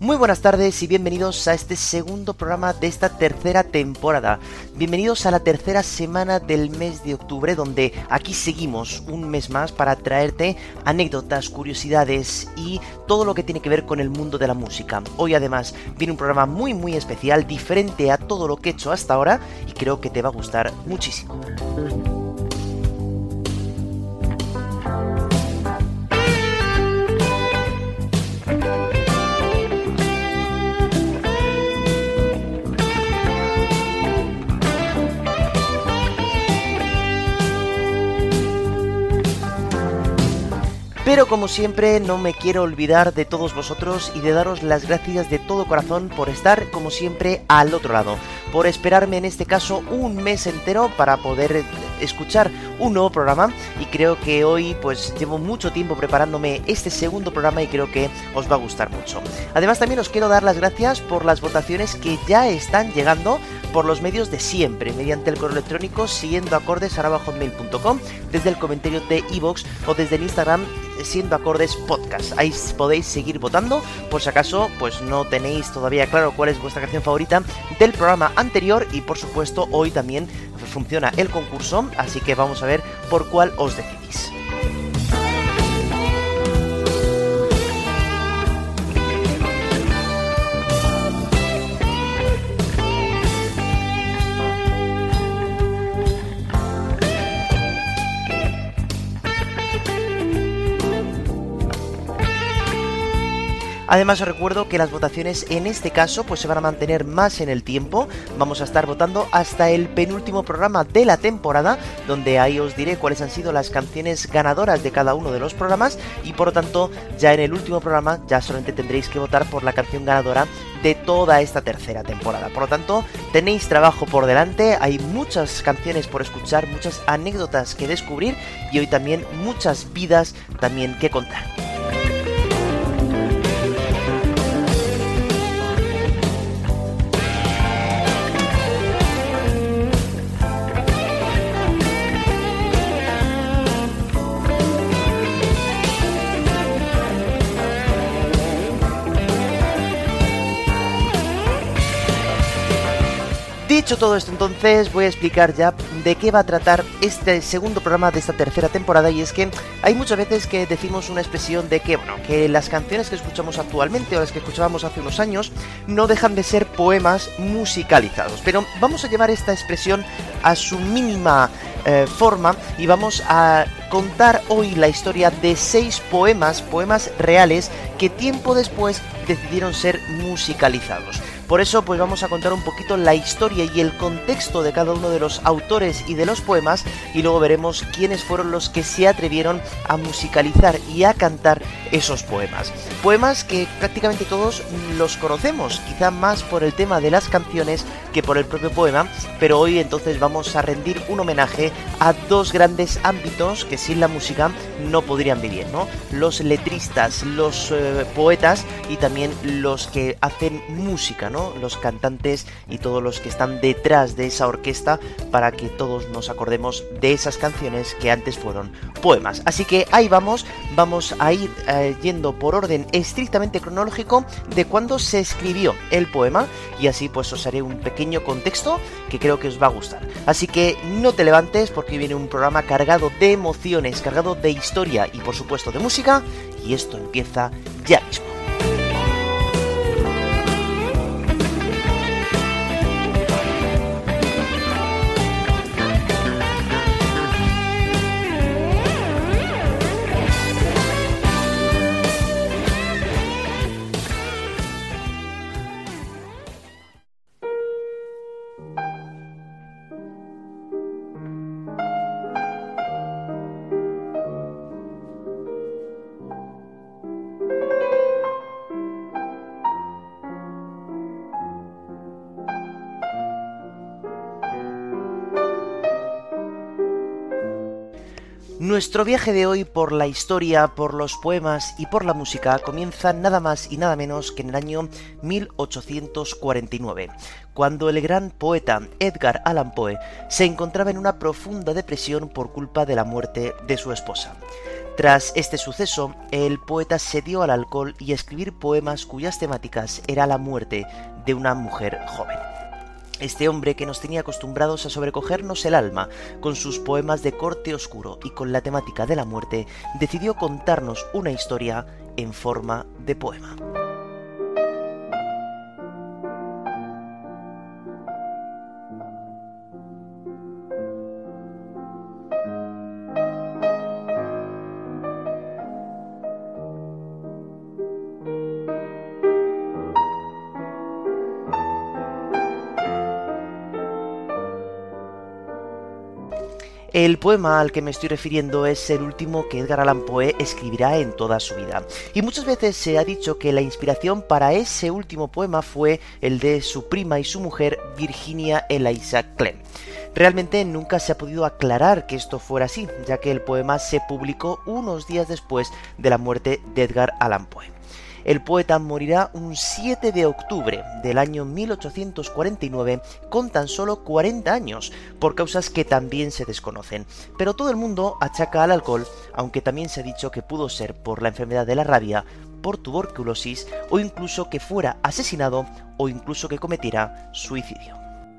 Muy buenas tardes y bienvenidos a este segundo programa de esta tercera temporada. Bienvenidos a la tercera semana del mes de octubre, donde aquí seguimos un mes más para traerte anécdotas, curiosidades y todo lo que tiene que ver con el mundo de la música. Hoy además viene un programa muy especial, diferente a todo lo que he hecho hasta ahora y creo que te va a gustar muchísimo. Pero como siempre no me quiero olvidar de todos vosotros y de daros las gracias de todo corazón por estar como siempre al otro lado, por esperarme en este caso un mes entero para poder escuchar un nuevo programa, y creo que hoy pues llevo mucho tiempo preparándome este segundo programa y creo que os va a gustar mucho. Además también os quiero dar las gracias por las votaciones que ya están llegando por los medios de siempre, mediante el correo electrónico siendoacordes@hotmail.com, desde el comentario de iVoox o desde el Instagram Siendo Acordes Podcast. Ahí podéis seguir votando por si acaso pues no tenéis todavía claro cuál es vuestra canción favorita del programa anterior, y por supuesto hoy también funciona el concurso, así que vamos a ver por cuál os decidís. Además os recuerdo que las votaciones en este caso pues se van a mantener más en el tiempo. Vamos a estar votando hasta el penúltimo programa de la temporada, donde ahí os diré cuáles han sido las canciones ganadoras de cada uno de los programas, y por lo tanto ya en el último programa ya solamente tendréis que votar por la canción ganadora de toda esta tercera temporada. Por lo tanto tenéis trabajo por delante, hay muchas canciones por escuchar, muchas anécdotas que descubrir y hoy también muchas vidas también que contar. Dicho todo esto, entonces voy a explicar ya de qué va a tratar este segundo programa de esta tercera temporada, y es que hay muchas veces que decimos una expresión de que, que las canciones que escuchamos actualmente o las que escuchábamos hace unos años no dejan de ser poemas musicalizados, pero vamos a llevar esta expresión a su mínima forma y vamos a contar hoy la historia de 6 poemas reales que tiempo después decidieron ser musicalizados. Por eso pues vamos a contar un poquito la historia y el contexto de cada uno de los autores y de los poemas, y luego veremos quiénes fueron los que se atrevieron a musicalizar y a cantar esos poemas. Poemas que prácticamente todos los conocemos, quizá más por el tema de las canciones que por el propio poema, pero hoy entonces vamos a rendir un homenaje a 2 grandes ámbitos que sin la música no podrían vivir, ¿no? Los letristas, los poetas y también los que hacen música, ¿no? Los cantantes y todos los que están detrás de esa orquesta para que todos nos acordemos de esas canciones que antes fueron poemas. Así que ahí vamos a ir yendo por orden estrictamente cronológico de cuándo se escribió el poema, y así pues os haré un pequeño contexto que creo que os va a gustar. Así que no te levantes porque viene un programa cargado de emociones, cargado de historia y por supuesto de música, y esto empieza ya mismo. Nuestro viaje de hoy por la historia, por los poemas y por la música comienza nada más y nada menos que en el año 1849, cuando el gran poeta Edgar Allan Poe se encontraba en una profunda depresión por culpa de la muerte de su esposa. Tras este suceso, el poeta se dio al alcohol y a escribir poemas cuyas temáticas era la muerte de una mujer joven. Este hombre que nos tenía acostumbrados a sobrecogernos el alma con sus poemas de corte oscuro y con la temática de la muerte, decidió contarnos una historia en forma de poema. El poema al que me estoy refiriendo es el último que Edgar Allan Poe escribirá en toda su vida. Y muchas veces se ha dicho que la inspiración para ese último poema fue el de su prima y su mujer, Virginia Eliza Clemm. Realmente nunca se ha podido aclarar que esto fuera así, ya que el poema se publicó unos días después de la muerte de Edgar Allan Poe. El poeta morirá un 7 de octubre del año 1849 con tan solo 40 años, por causas que también se desconocen. Pero todo el mundo achaca al alcohol, aunque también se ha dicho que pudo ser por la enfermedad de la rabia, por tuberculosis o incluso que fuera asesinado o incluso que cometiera suicidio.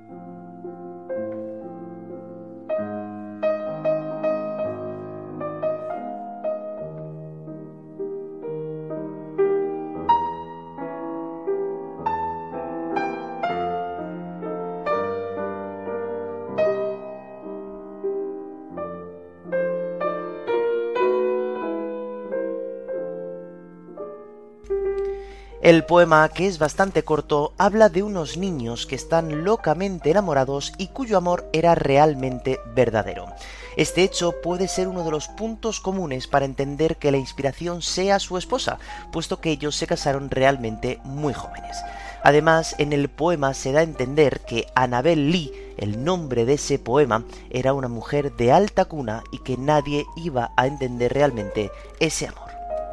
El poema, que es bastante corto, habla de unos niños que están locamente enamorados y cuyo amor era realmente verdadero. Este hecho puede ser uno de los puntos comunes para entender que la inspiración sea su esposa, puesto que ellos se casaron realmente muy jóvenes. Además, en el poema se da a entender que Annabel Lee, el nombre de ese poema, era una mujer de alta cuna y que nadie iba a entender realmente ese amor.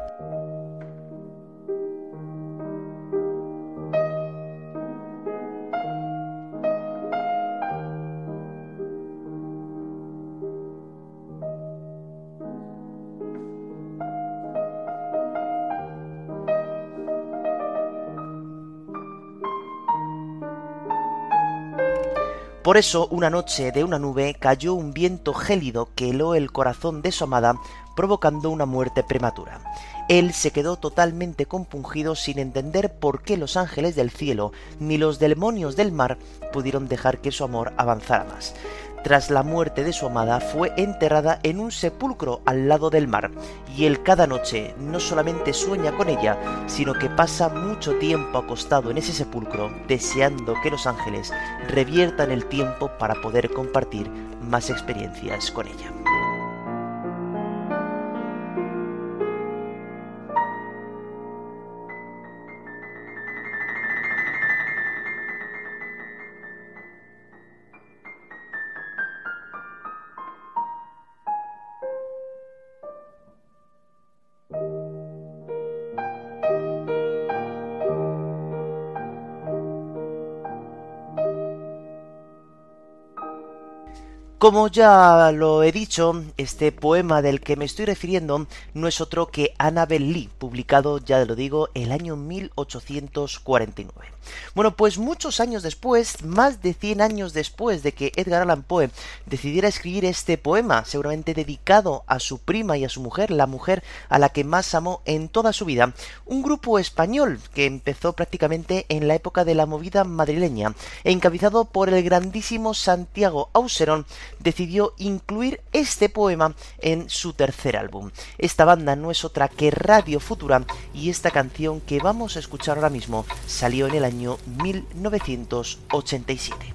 Por eso, una noche de una nube cayó un viento gélido que heló el corazón de su amada, provocando una muerte prematura. Él se quedó totalmente compungido sin entender por qué los ángeles del cielo ni los demonios del mar pudieron dejar que su amor avanzara más. Tras la muerte de su amada, fue enterrada en un sepulcro al lado del mar, y él cada noche no solamente sueña con ella, sino que pasa mucho tiempo acostado en ese sepulcro, deseando que los ángeles reviertan el tiempo para poder compartir más experiencias con ella. Como ya lo he dicho, este poema del que me estoy refiriendo no es otro que Annabel Lee, publicado, ya lo digo, el año 1849. Bueno, pues muchos años después, más de 100 años después de que Edgar Allan Poe decidiera escribir este poema, seguramente dedicado a su prima y a su mujer, la mujer a la que más amó en toda su vida, un grupo español que empezó prácticamente en la época de la movida madrileña, encabezado por el grandísimo Santiago Auserón, decidió incluir este poema en su tercer álbum. Esta banda no es otra que Radio Futura, y esta canción que vamos a escuchar ahora mismo salió en el año 1987.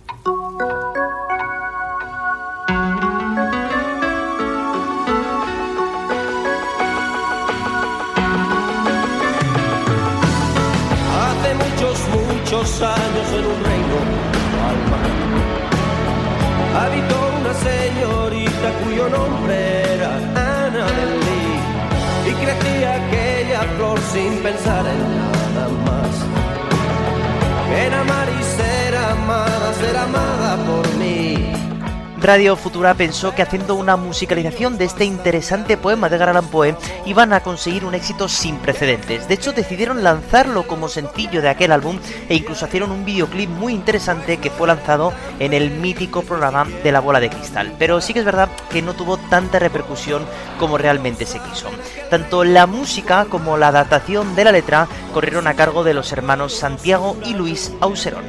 Hace muchos años en un reino al mar habitó una señorita cuyo nombre era Annabel Lee, y crecía aquella flor sin pensar en nada más que en amar y ser amada por mí. Radio Futura pensó que haciendo una musicalización de este interesante poema de Edgar Allan Poe iban a conseguir un éxito sin precedentes. De hecho, decidieron lanzarlo como sencillo de aquel álbum e incluso hicieron un videoclip muy interesante que fue lanzado en el mítico programa de La Bola de Cristal. Pero sí que es verdad que no tuvo tanta repercusión como realmente se quiso. Tanto la música como la adaptación de la letra corrieron a cargo de los hermanos Santiago y Luis Auserón.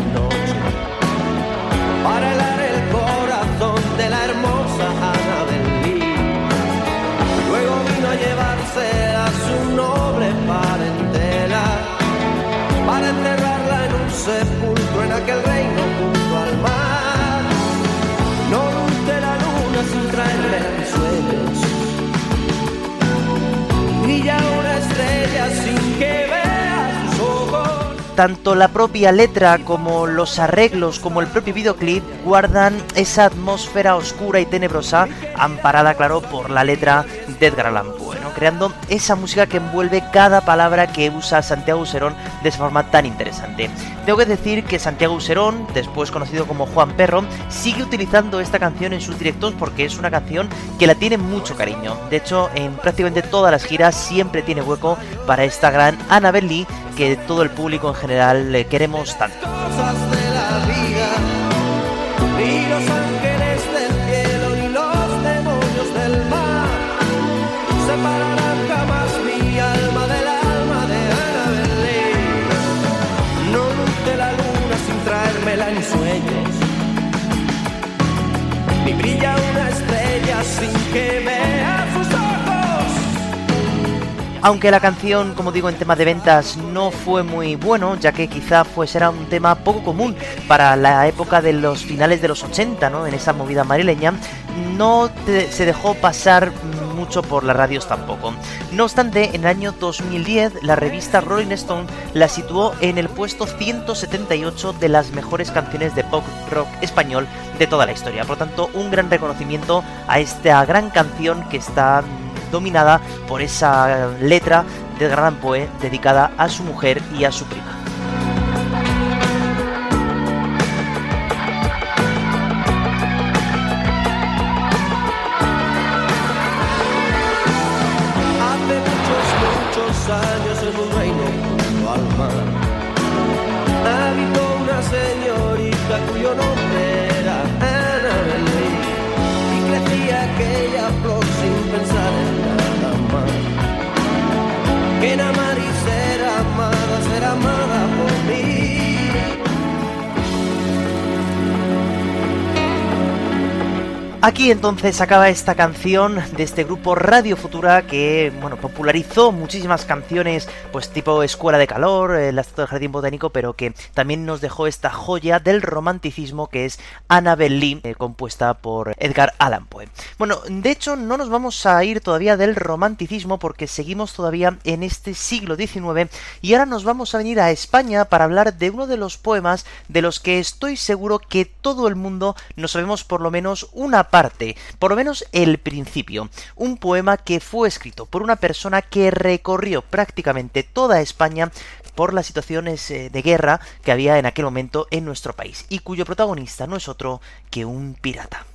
Para helar el corazón de la hermosa Annabel Lee. Luego vino a llevarse a su noble parentela para enterrarla en un sepulcro en aquel reino junto al mar. No luce la luna sin traerle sueños, brilla una estrella sin que vea sus ojos. Tanto la propia letra como los arreglos como el propio videoclip guardan esa atmósfera oscura y tenebrosa, amparada, claro, por la letra de Edgar Allan Poe, ¿no? Creando esa música que envuelve cada palabra que usa Santiago Auserón de esa forma tan interesante. Tengo que decir que Santiago Auserón, después conocido como Juan Perro, sigue utilizando esta canción en sus directos porque es una canción que la tiene mucho cariño. De hecho, en prácticamente todas las giras siempre tiene hueco para esta gran Annabel Lee, que todo el público en general le queremos tanto. Cosas de la vida, ni los ángeles del cielo, ni los demonios del mar separarán jamás mi alma del alma de Annabel Lee. No luce la luna sin traérmela en sueños, ni brilla una estrella sin que vea sus ojos. Aunque la canción, como digo, en tema de ventas no fue muy bueno, ya que quizá era un tema poco común para la época de los finales de los 80, ¿no? En esa movida madrileña, se dejó pasar mucho por las radios tampoco. No obstante, en el año 2010, la revista Rolling Stone la situó en el puesto 178 de las mejores canciones de pop rock español de toda la historia. Por lo tanto, un gran reconocimiento a esta gran canción que está dominada por esa letra de Edgar Allan Poe dedicada a su mujer y a su prima. Hace muchos años en un reino junto al mar habitó una señorita cuyo nombre era Annabel Lee, y crecía aquella flor sin pensar en nada más que en amar y ser amada por mí. Aquí entonces acaba esta canción de este grupo Radio Futura que, bueno, popularizó muchísimas canciones, pues tipo Escuela de Calor, La Estatua del Jardín Botánico, pero que también nos dejó esta joya del romanticismo que es Annabel Lee, compuesta por Edgar Allan Poe. Bueno, de hecho no nos vamos a ir todavía del romanticismo porque seguimos todavía en este siglo XIX y ahora nos vamos a venir a España para hablar de uno de los poemas de los que estoy seguro que todo el mundo nos sabemos por lo menos una parte, por lo menos el principio. Un poema que fue escrito por una persona que recorrió prácticamente toda España por las situaciones de guerra que había en aquel momento en nuestro país y cuyo protagonista no es otro que un pirata.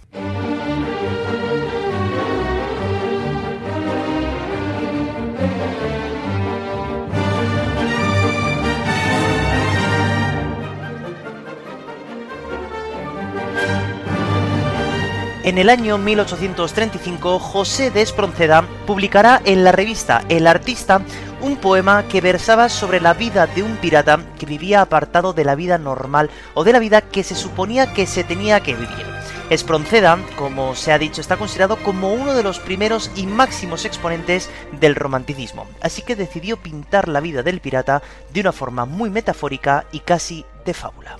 En el año 1835, José de Espronceda publicará en la revista El Artista un poema que versaba sobre la vida de un pirata que vivía apartado de la vida normal o de la vida que se suponía que se tenía que vivir. Espronceda, como se ha dicho, está considerado como uno de los primeros y máximos exponentes del romanticismo, así que decidió pintar la vida del pirata de una forma muy metafórica y casi de fábula.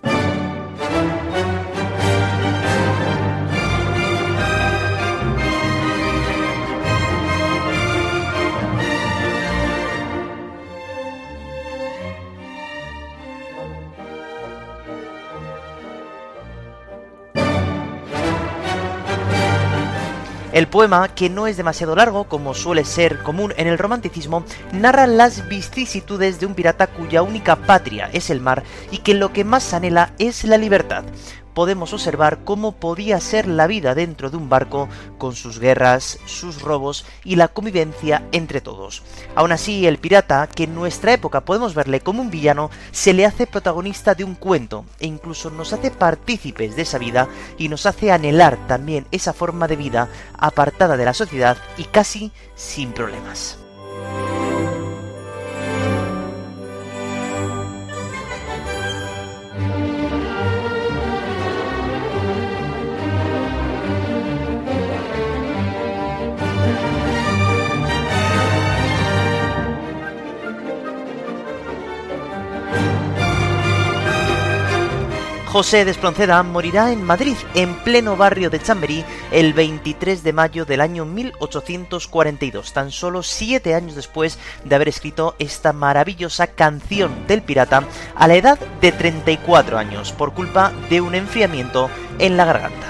El poema, que no es demasiado largo, como suele ser común en el romanticismo, narra las vicisitudes de un pirata cuya única patria es el mar y que lo que más anhela es la libertad. podemos observar cómo podía ser la vida dentro de un barco con sus guerras, sus robos y la convivencia entre todos. Aún así, el pirata, que en nuestra época podemos verle como un villano, se le hace protagonista de un cuento e incluso nos hace partícipes de esa vida y nos hace anhelar también esa forma de vida apartada de la sociedad y casi sin problemas. José de Espronceda morirá en Madrid, en pleno barrio de Chamberí, el 23 de mayo del año 1842, tan solo 7 años después de haber escrito esta maravillosa canción del pirata a la edad de 34 años, por culpa de un enfriamiento en la garganta.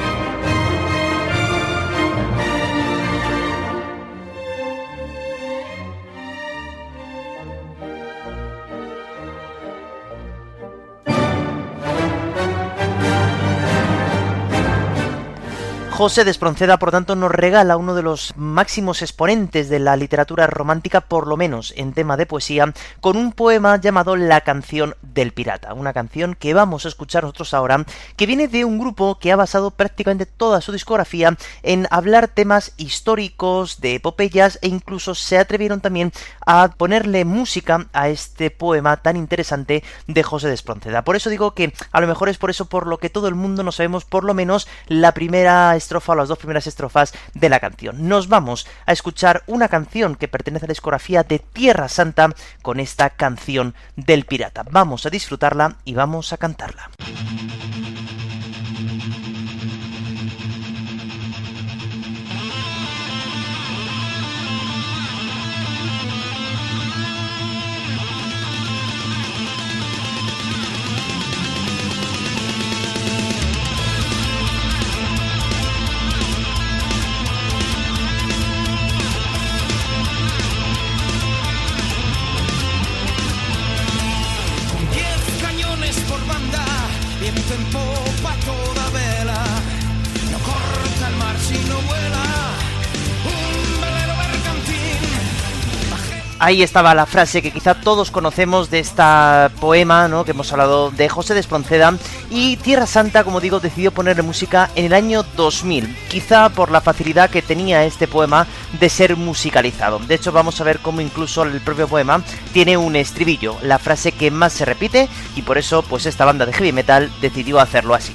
José de Espronceda, por tanto, nos regala uno de los máximos exponentes de la literatura romántica, por lo menos en tema de poesía, con un poema llamado La canción del pirata, una canción que vamos a escuchar nosotros ahora, que viene de un grupo que ha basado prácticamente toda su discografía en hablar temas históricos, de epopeyas, e incluso se atrevieron también a ponerle música a este poema tan interesante de José de Espronceda. Por eso digo que a lo mejor es por eso por lo que todo el mundo no sabemos por lo menos la primera estrofa o las dos primeras estrofas de la canción. Nos vamos a escuchar una canción que pertenece a la discografía de Tierra Santa con esta canción del pirata. Vamos a disfrutarla y vamos a cantarla. En popa toda vela, no corta el mar si no vuela, un velero bergantín. Ahí estaba la frase que quizá todos conocemos de este poema, ¿no?, que hemos hablado, de José de Espronceda, y Tierra Santa, como digo, decidió ponerle música en el año 2000, quizá por la facilidad que tenía este poema de ser musicalizado. De hecho, vamos a ver cómo incluso el propio poema tiene un estribillo, la frase que más se repite, y por eso pues esta banda de heavy metal decidió hacerlo así.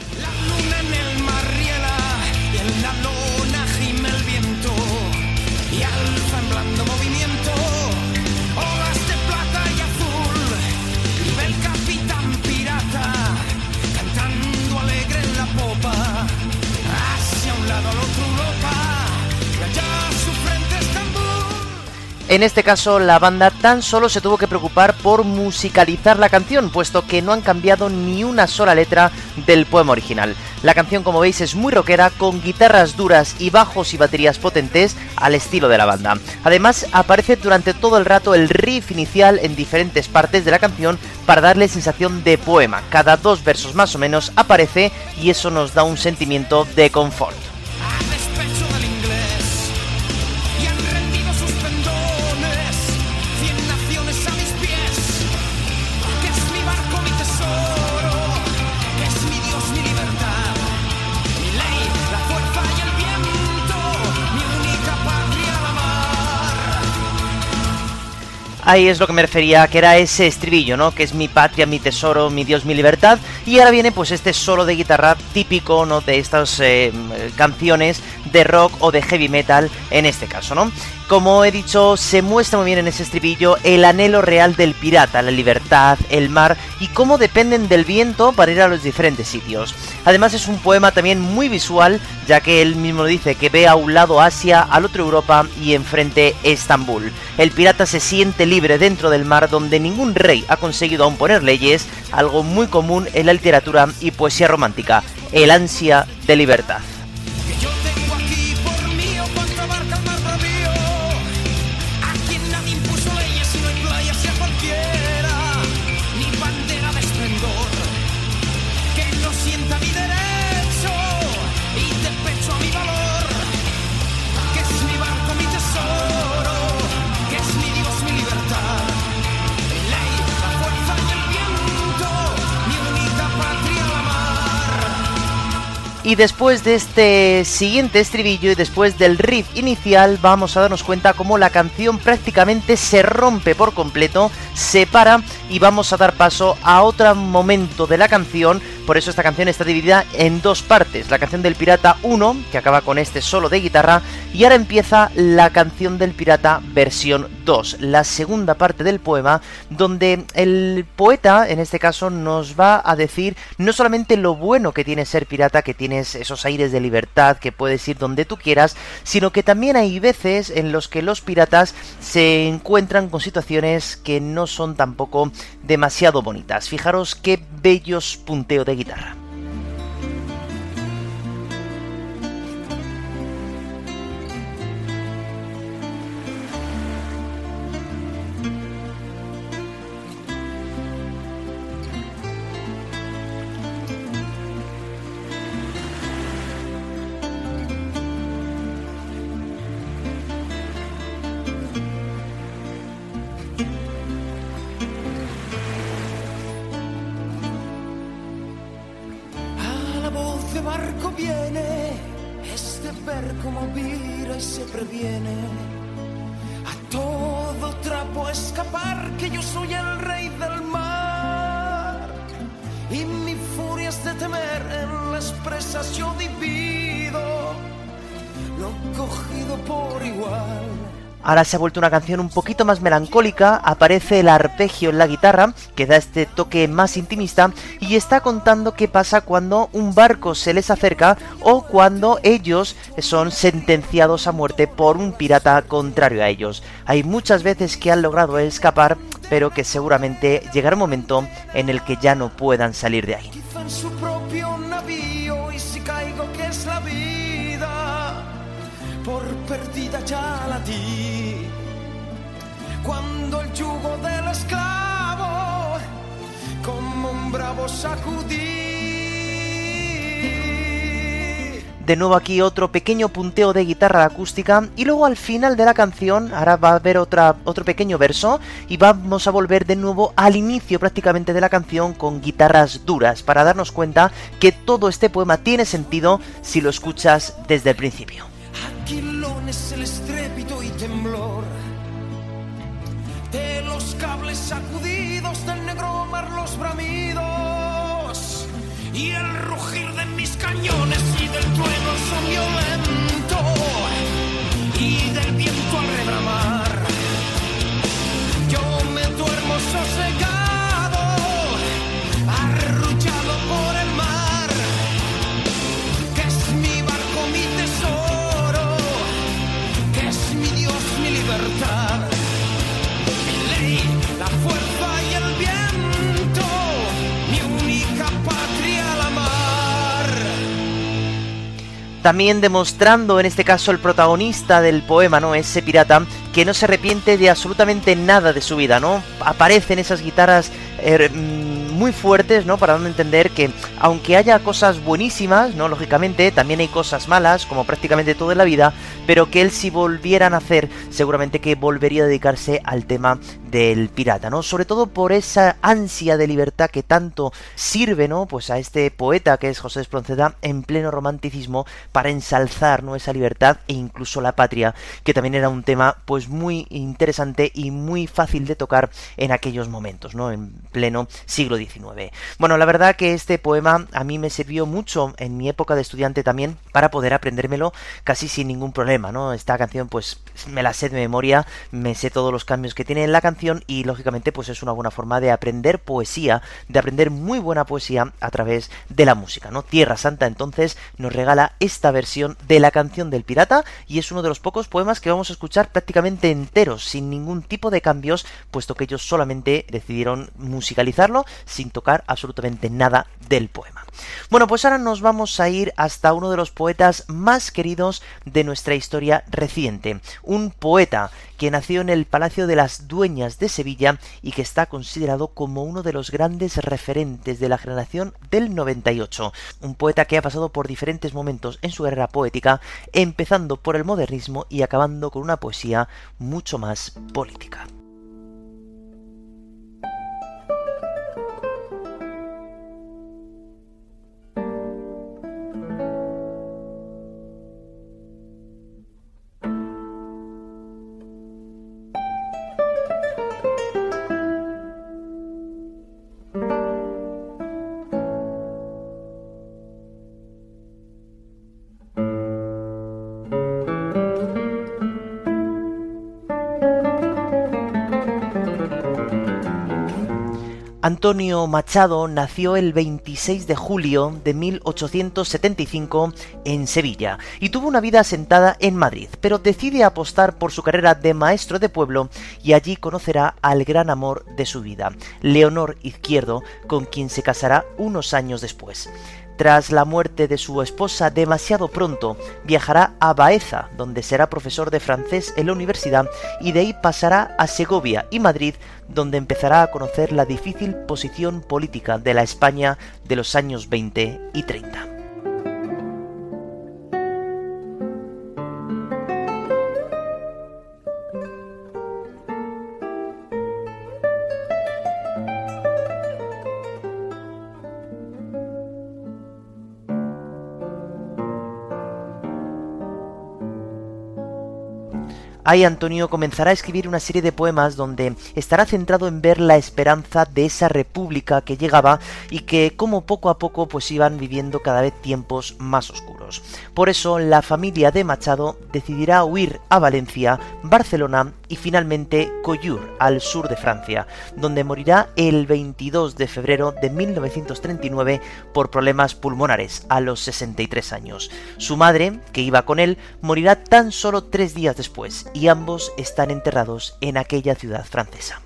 En este caso, la banda tan solo se tuvo que preocupar por musicalizar la canción, puesto que no han cambiado ni una sola letra del poema original. La canción, como veis, es muy rockera, con guitarras duras y bajos y baterías potentes al estilo de la banda. Además, aparece durante todo el rato el riff inicial en diferentes partes de la canción para darle sensación de poema. Cada 2 versos más o menos aparece y eso nos da un sentimiento de confort. Ahí es lo que me refería, que era ese estribillo, ¿no? Que es mi patria, mi tesoro, mi Dios, mi libertad. Y ahora viene pues este solo de guitarra típico, ¿no?, de estas canciones de rock o de heavy metal en este caso, ¿no? Como he dicho, se muestra muy bien en ese estribillo el anhelo real del pirata, la libertad, el mar y cómo dependen del viento para ir a los diferentes sitios. Además es un poema también muy visual, ya que él mismo dice que ve a un lado Asia, al otro Europa y enfrente Estambul. El pirata se siente libre dentro del mar donde ningún rey ha conseguido aún poner leyes, algo muy común en la literatura y poesía romántica, el ansia de libertad. Sienta mi Y después de este siguiente estribillo y después del riff inicial vamos a darnos cuenta cómo la canción prácticamente se rompe por completo, se para y vamos a dar paso a otro momento de la canción. Por eso esta canción está dividida en dos partes, la canción del Pirata 1, que acaba con este solo de guitarra, y ahora empieza la canción del Pirata versión 2, la segunda parte del poema, donde el poeta, en este caso, nos va a decir no solamente lo bueno que tiene ser pirata, que tienes esos aires de libertad, que puedes ir donde tú quieras, sino que también hay veces en los que los piratas se encuentran con situaciones que no son tampoco demasiado bonitas. Fijaros qué bellos punteos de guitarra. Barco viene, es de ver cómo vira y se previene. A todo trapo escapar, que yo soy el rey del mar. Y mi furia es de temer, en las presas yo divido, lo cogido por igual. Ahora se ha vuelto una canción un poquito más melancólica, aparece el arpegio en la guitarra, que da este toque más intimista, y está contando qué pasa cuando un barco se les acerca o cuando ellos son sentenciados a muerte por un pirata contrario a ellos. Hay muchas veces que han logrado escapar, pero que seguramente llegará un momento en el que ya no puedan salir de ahí. Quizá en su propio navío, y si caigo, que es la vida, por perdida ya la di. Cuando el yugo del esclavo como un bravo sacudí. De nuevo aquí otro pequeño punteo de guitarra acústica y luego al final de la canción ahora va a haber otro pequeño verso y vamos a volver de nuevo al inicio prácticamente de la canción con guitarras duras para darnos cuenta que todo este poema tiene sentido si lo escuchas desde el principio. Aquilones, el estrépito y temblor de los cables sacudidos, del negro mar los bramidos y el rugir de mis cañones y del trueno el son violento y del viento al rebramar. Yo me duermo sosegado, arrullado por el mar, que es mi barco, mi tesoro, que es mi Dios, mi libertad, mi ley, la fuerza y el viento, mi única patria, la mar. También demostrando en este caso el protagonista del poema, ¿no? Ese pirata que no se arrepiente de absolutamente nada de su vida, ¿no? Aparecen esas guitarras muy fuertes, ¿no? Para dar a entender que aunque haya cosas buenísimas, ¿no? Lógicamente también hay cosas malas, como prácticamente todo en la vida, pero que él si volviera a nacer, seguramente que volvería a dedicarse al tema del pirata, ¿no? Sobre todo por esa ansia de libertad que tanto sirve, ¿no? Pues a este poeta que es José Espronceda en pleno romanticismo para ensalzar, ¿no? Esa libertad e incluso la patria, que también era un tema pues muy interesante y muy fácil de tocar en aquellos momentos, ¿no? En pleno siglo XIX. Bueno, la verdad que este poema a mí me sirvió mucho en mi época de estudiante también para poder aprendérmelo casi sin ningún problema, ¿no? Esta canción pues me la sé de memoria, me sé todos los cambios que tiene en la canción y lógicamente pues es una buena forma de aprender poesía, de aprender muy buena poesía a través de la música, ¿no? Tierra Santa entonces nos regala esta versión de la canción del pirata y es uno de los pocos poemas que vamos a escuchar prácticamente enteros, sin ningún tipo de cambios, puesto que ellos solamente decidieron musicalizarlo sin tocar absolutamente nada del poema. Bueno, pues ahora nos vamos a ir hasta uno de los poetas más queridos de nuestra historia reciente, un poeta que nació en el Palacio de las Dueñas de Sevilla y que está considerado como uno de los grandes referentes de la generación del 98, un poeta que ha pasado por diferentes momentos en su carrera poética, empezando por el modernismo y acabando con una poesía mucho más política. Antonio Machado nació el 26 de julio de 1875 en Sevilla y tuvo una vida asentada en Madrid, pero decide apostar por su carrera de maestro de pueblo y allí conocerá al gran amor de su vida, Leonor Izquierdo, con quien se casará unos años después. Tras la muerte de su esposa demasiado pronto, viajará a Baeza, donde será profesor de francés en la universidad, y de ahí pasará a Segovia y Madrid, donde empezará a conocer la difícil posición política de la España de los años 20 y 30. Ahí Antonio comenzará a escribir una serie de poemas donde estará centrado en ver la esperanza de esa república que llegaba y que como poco a poco pues iban viviendo cada vez tiempos más oscuros. Por eso la familia de Machado decidirá huir a Valencia, Barcelona y finalmente Collioure, al sur de Francia, donde morirá el 22 de febrero de 1939 por problemas pulmonares a los 63 años. Su madre, que iba con él, morirá tan solo 3 días después y ambos están enterrados en aquella ciudad francesa.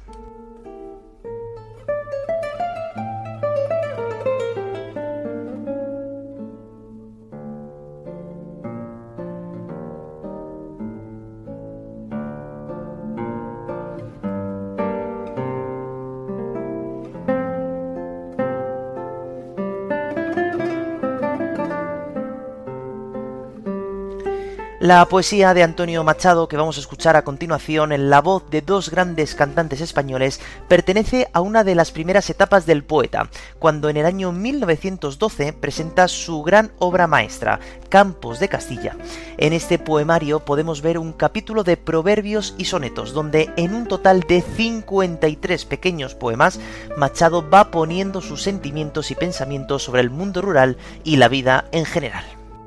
La poesía de Antonio Machado, que vamos a escuchar a continuación en la voz de dos grandes cantantes españoles, pertenece a una de las primeras etapas del poeta, cuando en el año 1912 presenta su gran obra maestra, Campos de Castilla. En este poemario podemos ver un capítulo de proverbios y sonetos, donde en un total de 53 pequeños poemas, Machado va poniendo sus sentimientos y pensamientos sobre el mundo rural y la vida en general.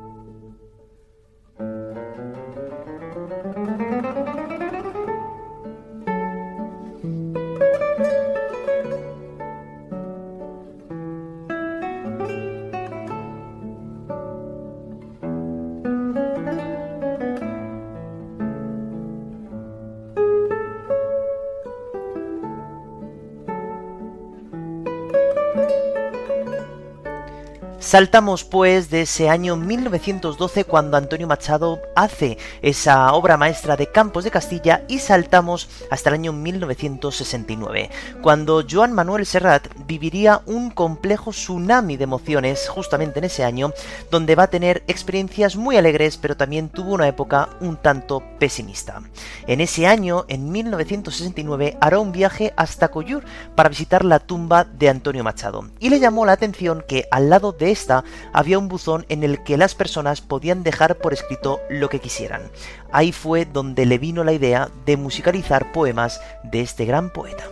Saltamos pues de ese año 1912 cuando Antonio Machado hace esa obra maestra de Campos de Castilla y saltamos hasta el año 1969, cuando Joan Manuel Serrat viviría un complejo tsunami de emociones justamente en ese año, donde va a tener experiencias muy alegres, pero también tuvo una época un tanto pesimista. En ese año, en 1969, hará un viaje hasta Collioure para visitar la tumba de Antonio Machado, y le llamó la atención que al lado de esta había un buzón en el que las personas podían dejar por escrito lo que quisieran. Ahí fue donde le vino la idea de musicalizar poemas de este gran poeta.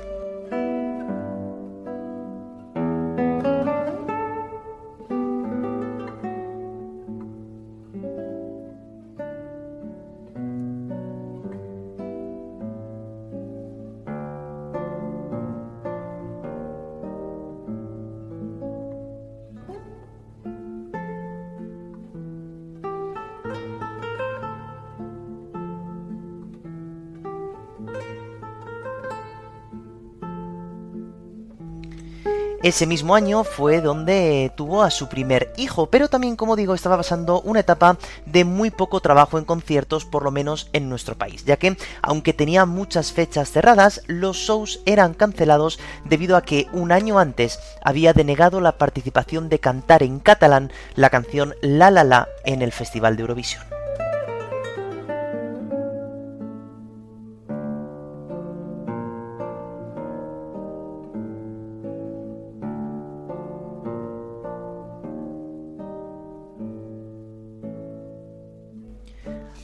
Ese mismo año fue donde tuvo a su primer hijo, pero también, como digo, estaba pasando una etapa de muy poco trabajo en conciertos, por lo menos en nuestro país, ya que, aunque tenía muchas fechas cerradas, los shows eran cancelados debido a que un año antes había denegado la participación de cantar en catalán la canción La La La en el Festival de Eurovisión.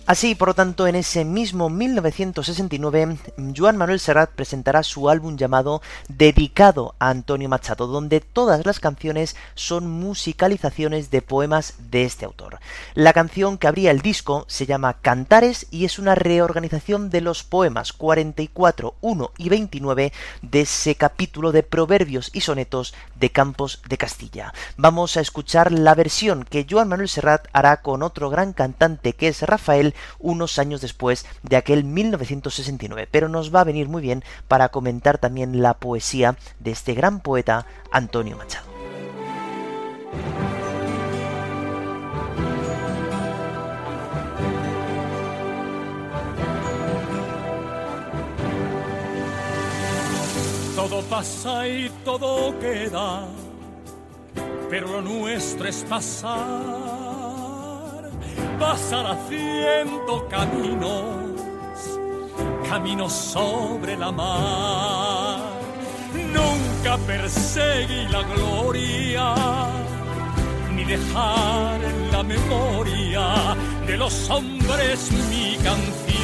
Así, por lo tanto, en ese mismo 1969, Joan Manuel Serrat presentará su álbum llamado Dedicado a Antonio Machado, donde todas las canciones son musicalizaciones de poemas de este autor. La canción que abría el disco se llama Cantares y es una reorganización de los poemas 44, 1 y 29 de ese capítulo de Proverbios y Sonetos de Campos de Castilla. Vamos a escuchar la versión que Joan Manuel Serrat hará con otro gran cantante que es Rafael, unos años después de aquel 1969, pero nos va a venir muy bien para comentar también la poesía de este gran poeta Antonio Machado. Todo pasa y todo queda, pero lo nuestro es pasar haciendo caminos sobre la mar. Nunca perseguí la gloria, ni dejar en la memoria de los hombres mi canción.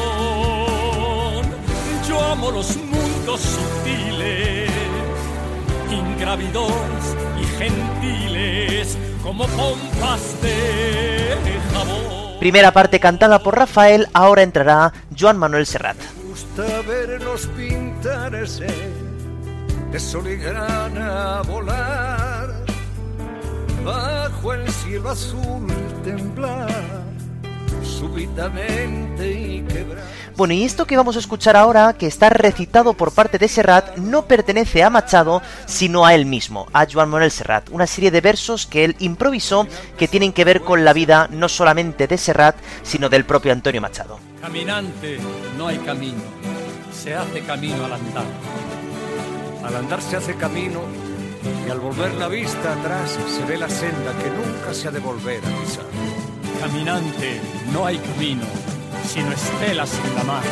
Yo amo los mundos sutiles, ingrávidos y gentiles, como pompas de jabón. Primera parte cantada por Rafael, ahora entrará Joan Manuel Serrat. Me gusta vernos pintar ese de sol y grana volar, bajo el cielo azul temblar, súbitamente y quebrar. Bueno, y esto que vamos a escuchar ahora, que está recitado por parte de Serrat, no pertenece a Machado, sino a él mismo, a Joan Manuel Serrat. Una serie de versos que él improvisó que tienen que ver con la vida no solamente de Serrat, sino del propio Antonio Machado. Caminante, no hay camino, se hace camino al andar. Al andar se hace camino y al volver la vista atrás se ve la senda que nunca se ha de volver a pisar. Caminante, no hay camino, sino estelas en la mar.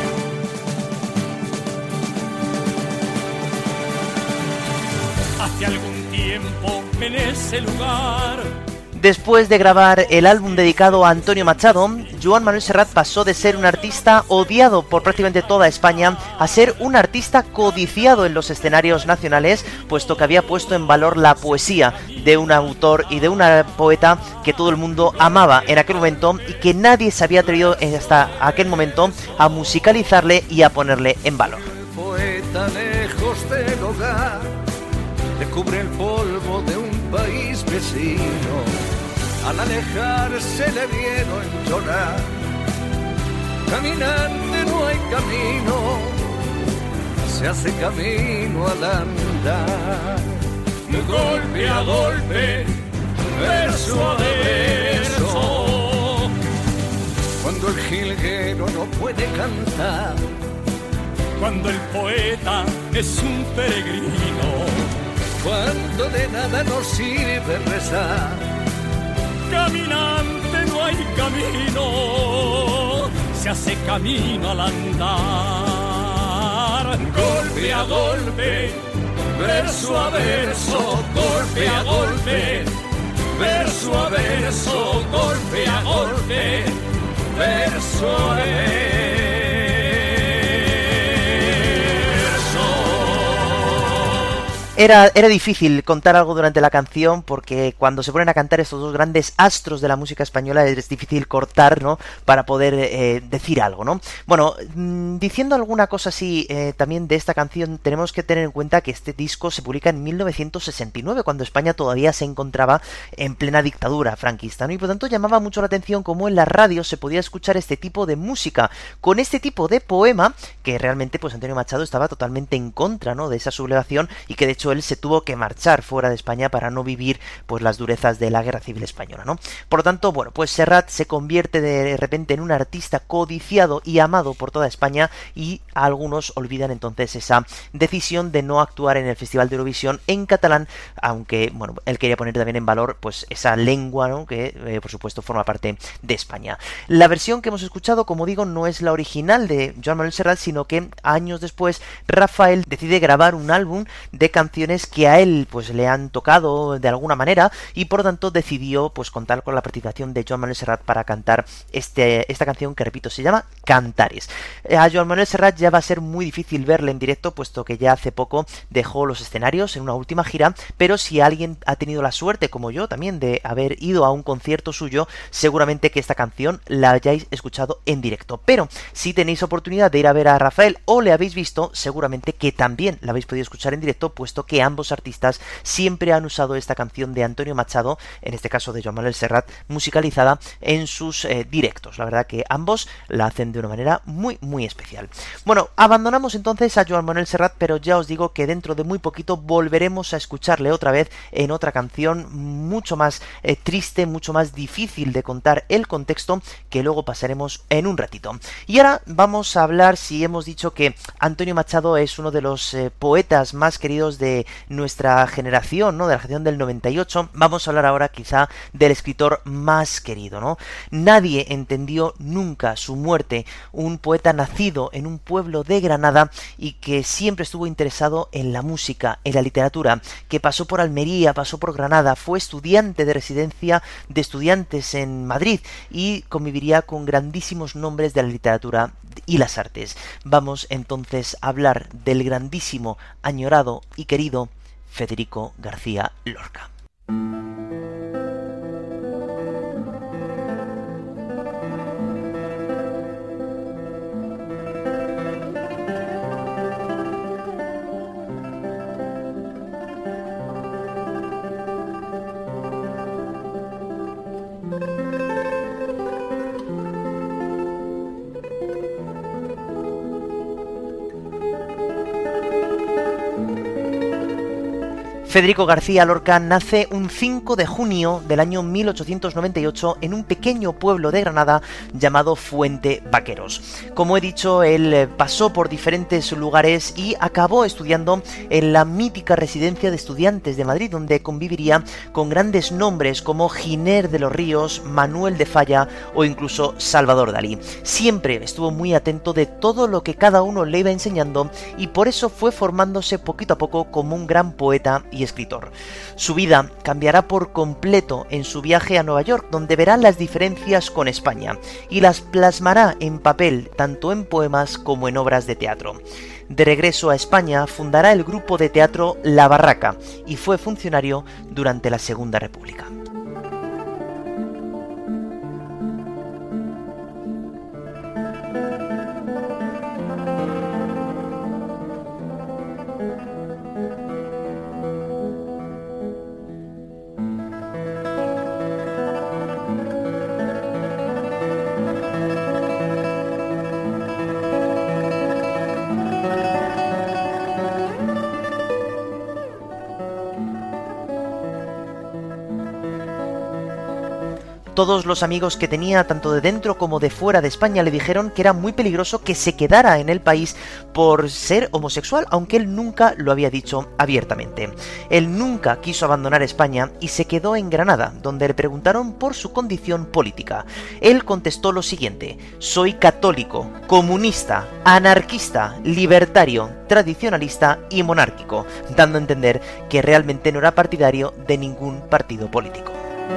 Hace algún tiempo en ese lugar. Después de grabar el álbum dedicado a Antonio Machado, Joan Manuel Serrat pasó de ser un artista odiado por prácticamente toda España a ser un artista codiciado en los escenarios nacionales, puesto que había puesto en valor la poesía de un autor y de una poeta que todo el mundo amaba en aquel momento y que nadie se había atrevido hasta aquel momento a musicalizarle y a ponerle en valor. El poeta lejos del hogar descubre el polvo de un país vecino. Al alejarse le vieron llorar. Caminante, no hay camino, se hace camino al andar. Golpe a golpe, verso a verso. Cuando el jilguero no puede cantar, cuando el poeta es un peregrino, cuando de nada nos sirve rezar. Caminante, no hay camino, se hace camino al andar. Golpe a golpe, verso a verso, golpe a golpe, verso a verso, golpe a golpe, verso a verso. Era difícil contar algo durante la canción porque cuando se ponen a cantar estos dos grandes astros de la música española es difícil cortar, ¿no? Para poder decir algo, ¿no? Bueno, diciendo alguna cosa así también de esta canción, tenemos que tener en cuenta que este disco se publica en 1969, cuando España todavía se encontraba en plena dictadura franquista, ¿no? Y por tanto llamaba mucho la atención cómo en la radio se podía escuchar este tipo de música, con este tipo de poema, que realmente pues Antonio Machado estaba totalmente en contra, ¿no? De esa sublevación y que de hecho él se tuvo que marchar fuera de España para no vivir pues las durezas de la Guerra Civil Española, ¿no? Por lo tanto, bueno, pues Serrat se convierte de repente en un artista codiciado y amado por toda España y algunos olvidan entonces esa decisión de no actuar en el Festival de Eurovisión en catalán, aunque, bueno, él quería poner también en valor pues esa lengua, ¿no? Que por supuesto forma parte de España. La versión que hemos escuchado, como digo, no es la original de Joan Manuel Serrat, sino que años después Rafael decide grabar un álbum de canciones canciones que a él pues le han tocado de alguna manera, y por lo tanto decidió pues contar con la participación de Joan Manuel Serrat para cantar esta canción que, repito, se llama Cantares. A Joan Manuel Serrat ya va a ser muy difícil verle en directo, puesto que ya hace poco dejó los escenarios en una última gira, pero si alguien ha tenido la suerte, como yo también, de haber ido a un concierto suyo, seguramente que esta canción la hayáis escuchado en directo. Pero si tenéis oportunidad de ir a ver a Rafael o le habéis visto, seguramente que también la habéis podido escuchar en directo, puesto que ambos artistas siempre han usado esta canción de Antonio Machado, en este caso de Joan Manuel Serrat, musicalizada en sus directos. La verdad que ambos la hacen de una manera muy muy especial. Bueno, abandonamos entonces a Joan Manuel Serrat, pero ya os digo que dentro de muy poquito volveremos a escucharle otra vez en otra canción mucho más triste, mucho más difícil de contar el contexto, que luego pasaremos en un ratito. Y ahora vamos a hablar, si hemos dicho que Antonio Machado es uno de los poetas más queridos de nuestra generación, ¿no? De la generación del 98, vamos a hablar ahora quizá del escritor más querido, ¿no? Nadie entendió nunca su muerte, un poeta nacido en un pueblo de Granada y que siempre estuvo interesado en la música, en la literatura, que pasó por Almería, pasó por Granada, fue estudiante de residencia de estudiantes en Madrid y conviviría con grandísimos nombres de la literatura y las artes. Vamos entonces a hablar del grandísimo, añorado y querido Federico García Lorca. Federico García Lorca nace un 5 de junio del año 1898 en un pequeño pueblo de Granada llamado Fuente Vaqueros. Como he dicho, él pasó por diferentes lugares y acabó estudiando en la mítica residencia de estudiantes de Madrid, donde conviviría con grandes nombres como Giner de los Ríos, Manuel de Falla o incluso Salvador Dalí. Siempre estuvo muy atento de todo lo que cada uno le iba enseñando y por eso fue formándose poquito a poco como un gran poeta y escritor. Su vida cambiará por completo en su viaje a Nueva York, donde verá las diferencias con España y las plasmará en papel, tanto en poemas como en obras de teatro. De regreso a España, fundará el grupo de teatro La Barraca y fue funcionario durante la Segunda República. Todos los amigos que tenía, tanto de dentro como de fuera de España, le dijeron que era muy peligroso que se quedara en el país por ser homosexual, aunque él nunca lo había dicho abiertamente. Él nunca quiso abandonar España y se quedó en Granada, donde le preguntaron por su condición política. Él contestó lo siguiente: soy católico, comunista, anarquista, libertario, tradicionalista y monárquico, dando a entender que realmente no era partidario de ningún partido político.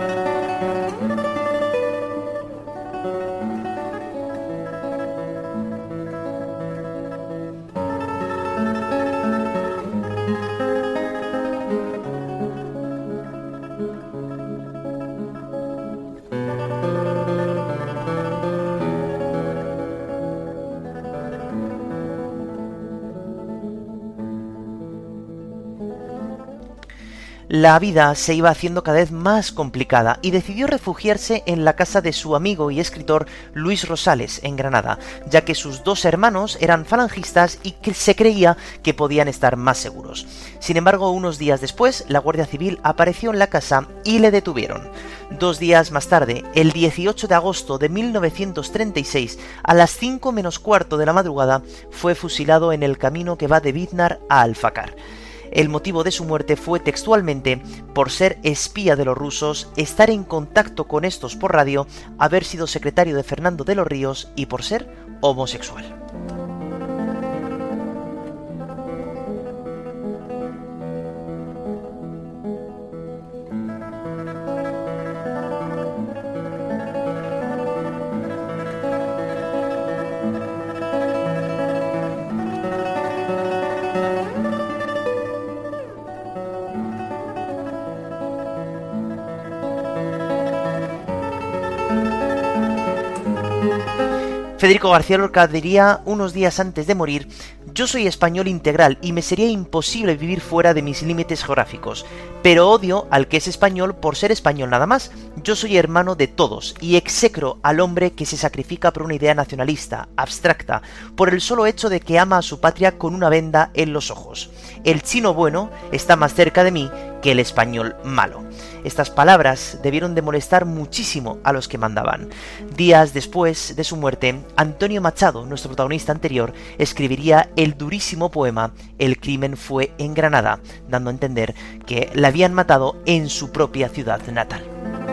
La vida se iba haciendo cada vez más complicada y decidió refugiarse en la casa de su amigo y escritor Luis Rosales, en Granada, ya que sus dos hermanos eran falangistas y que se creía que podían estar más seguros. Sin embargo, unos días después, la Guardia Civil apareció en la casa y le detuvieron. 2 días más tarde, el 18 de agosto de 1936, a las 5 menos cuarto de la madrugada, fue fusilado en el camino que va de Biznar a Alfacar. El motivo de su muerte fue textualmente por ser espía de los rusos, estar en contacto con estos por radio, haber sido secretario de Fernando de los Ríos y por ser homosexual. Federico García Lorca diría unos días antes de morir: yo soy español integral y me sería imposible vivir fuera de mis límites geográficos, pero odio al que es español por ser español nada más. Yo soy hermano de todos y execro al hombre que se sacrifica por una idea nacionalista, abstracta, por el solo hecho de que ama a su patria con una venda en los ojos. El chino bueno está más cerca de mí que el español malo. Estas palabras debieron de molestar muchísimo a los que mandaban. Días después de su muerte, Antonio Machado, nuestro protagonista anterior, escribiría el durísimo poema El crimen fue en Granada, dando a entender que la habían matado en su propia ciudad natal.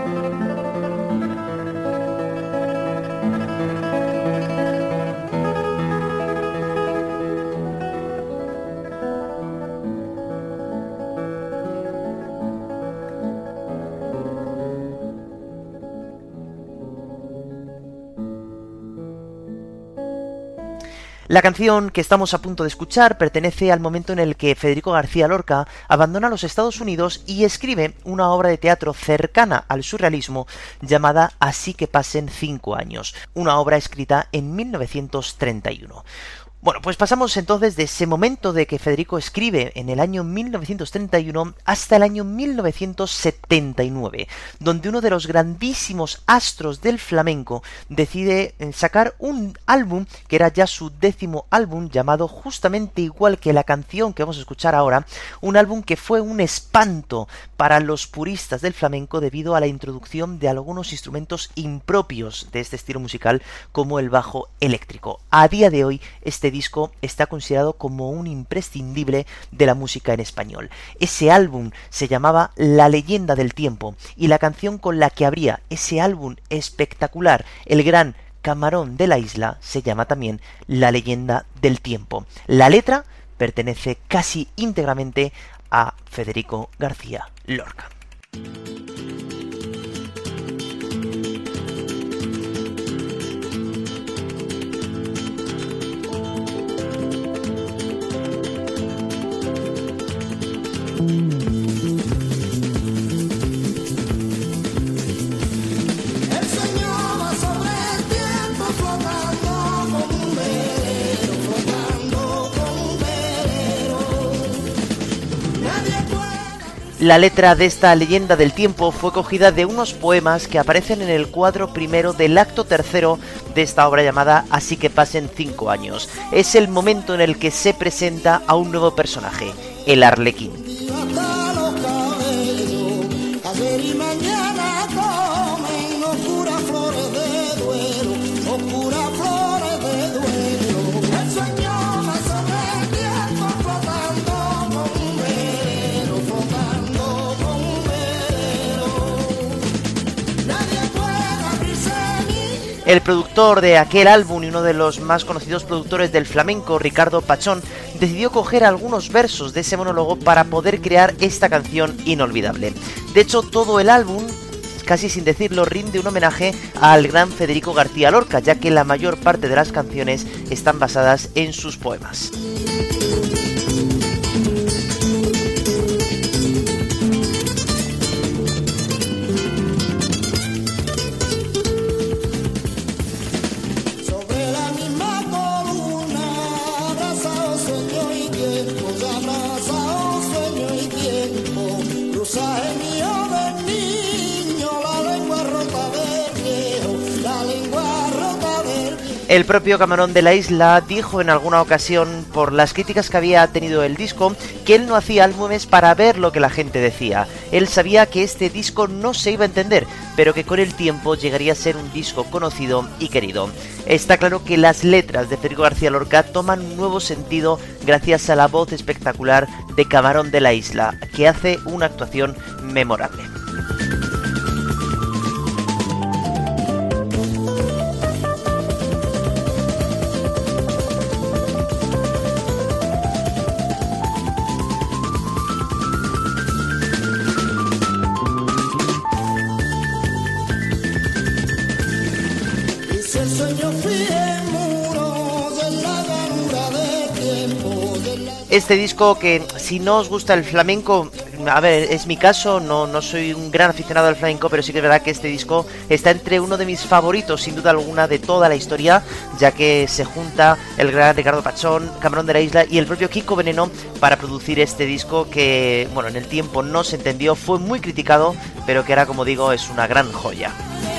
La canción que estamos a punto de escuchar pertenece al momento en el que Federico García Lorca abandona los Estados Unidos y escribe una obra de teatro cercana al surrealismo llamada Así que pasen 5 años, una obra escrita en 1931. Bueno, pues pasamos entonces de ese momento de que Federico escribe en el año 1931 hasta el año 1979, donde uno de los grandísimos astros del flamenco decide sacar un álbum que era ya su 10º álbum, llamado justamente igual que la canción que vamos a escuchar ahora, un álbum que fue un espanto para los puristas del flamenco debido a la introducción de algunos instrumentos impropios de este estilo musical, como el bajo eléctrico. A día de hoy, este disco está considerado como un imprescindible de la música en español. Ese álbum se llamaba La leyenda del tiempo, y la canción con la que abría ese álbum espectacular, El gran camarón de la isla, se llama también La leyenda del tiempo. La letra pertenece casi íntegramente a Federico García Lorca. La letra de esta leyenda del tiempo fue cogida de unos poemas que aparecen en el cuadro primero del acto tercero de esta obra llamada Así que pasen 5 años. Es el momento en el que se presenta a un nuevo personaje, el Arlequín. El productor de aquel álbum y uno de los más conocidos productores del flamenco, Ricardo Pachón, decidió coger algunos versos de ese monólogo para poder crear esta canción inolvidable. De hecho, todo el álbum, casi sin decirlo, rinde un homenaje al gran Federico García Lorca, ya que la mayor parte de las canciones están basadas en sus poemas. El propio Camarón de la Isla dijo en alguna ocasión, por las críticas que había tenido el disco, que él no hacía álbumes para ver lo que la gente decía. Él sabía que este disco no se iba a entender, pero que con el tiempo llegaría a ser un disco conocido y querido. Está claro que las letras de Federico García Lorca toman un nuevo sentido gracias a la voz espectacular de Camarón de la Isla, que hace una actuación memorable. Este disco, que si no os gusta el flamenco, a ver, es mi caso, no soy un gran aficionado al flamenco, pero sí que es verdad que este disco está entre uno de mis favoritos, sin duda alguna, de toda la historia, ya que se junta el gran Ricardo Pachón, Camarón de la Isla y el propio Kiko Veneno para producir este disco que, bueno, en el tiempo no se entendió, fue muy criticado, pero que ahora, como digo, es una gran joya.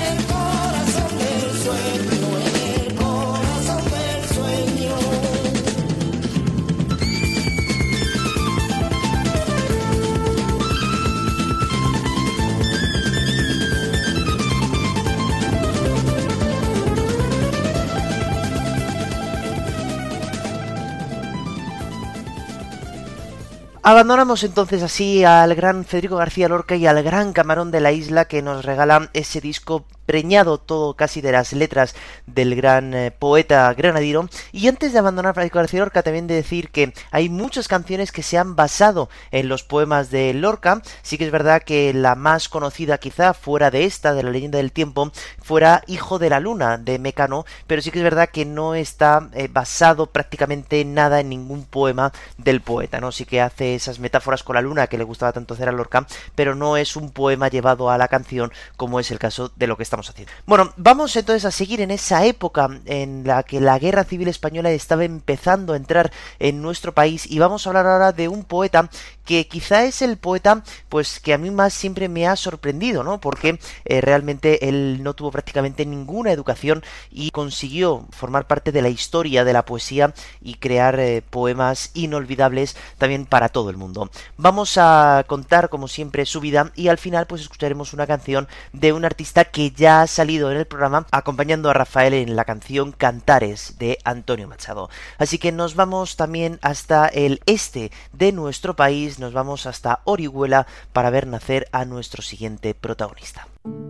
Abandonamos entonces así al gran Federico García Lorca y al gran Camarón de la Isla, que nos regala ese disco preñado todo casi de las letras del gran poeta granadino. Y antes de abandonar a Federico García Lorca, también de decir que hay muchas canciones que se han basado en los poemas de Lorca. Sí que es verdad que la más conocida, quizá fuera de esta, de La leyenda del tiempo, fuera Hijo de la luna, de Mecano, pero sí que es verdad que no está basado prácticamente nada en ningún poema del poeta, ¿no? Sí que hace esas metáforas con la luna que le gustaba tanto hacer a Lorca, pero no es un poema llevado a la canción, como es el caso de lo que estamos haciendo. Bueno, vamos entonces a seguir en esa época en la que la Guerra Civil Española estaba empezando a entrar en nuestro país, y vamos a hablar ahora de un poeta que quizá es el poeta pues que a mí más siempre me ha sorprendido, ¿no? Porque realmente él no tuvo prácticamente ninguna educación y consiguió formar parte de la historia de la poesía y crear poemas inolvidables también para todo el mundo. Vamos a contar como siempre su vida y al final pues escucharemos una canción de un artista que ya ha salido en el programa acompañando a Rafael en la canción Cantares de Antonio Machado. Así que nos vamos también hasta el este de nuestro país, nos vamos hasta Orihuela para ver nacer a nuestro siguiente protagonista.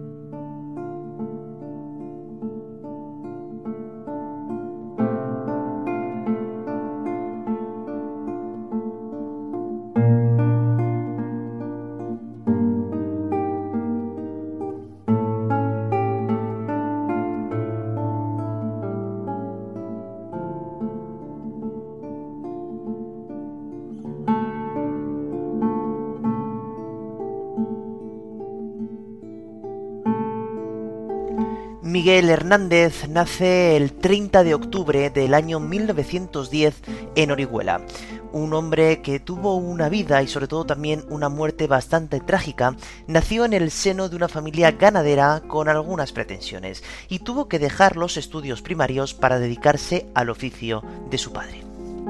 Miguel Hernández nace el 30 de octubre del año 1910 en Orihuela. Un hombre que tuvo una vida y sobre todo también una muerte bastante trágica. Nació en el seno de una familia ganadera con algunas pretensiones y tuvo que dejar los estudios primarios para dedicarse al oficio de su padre.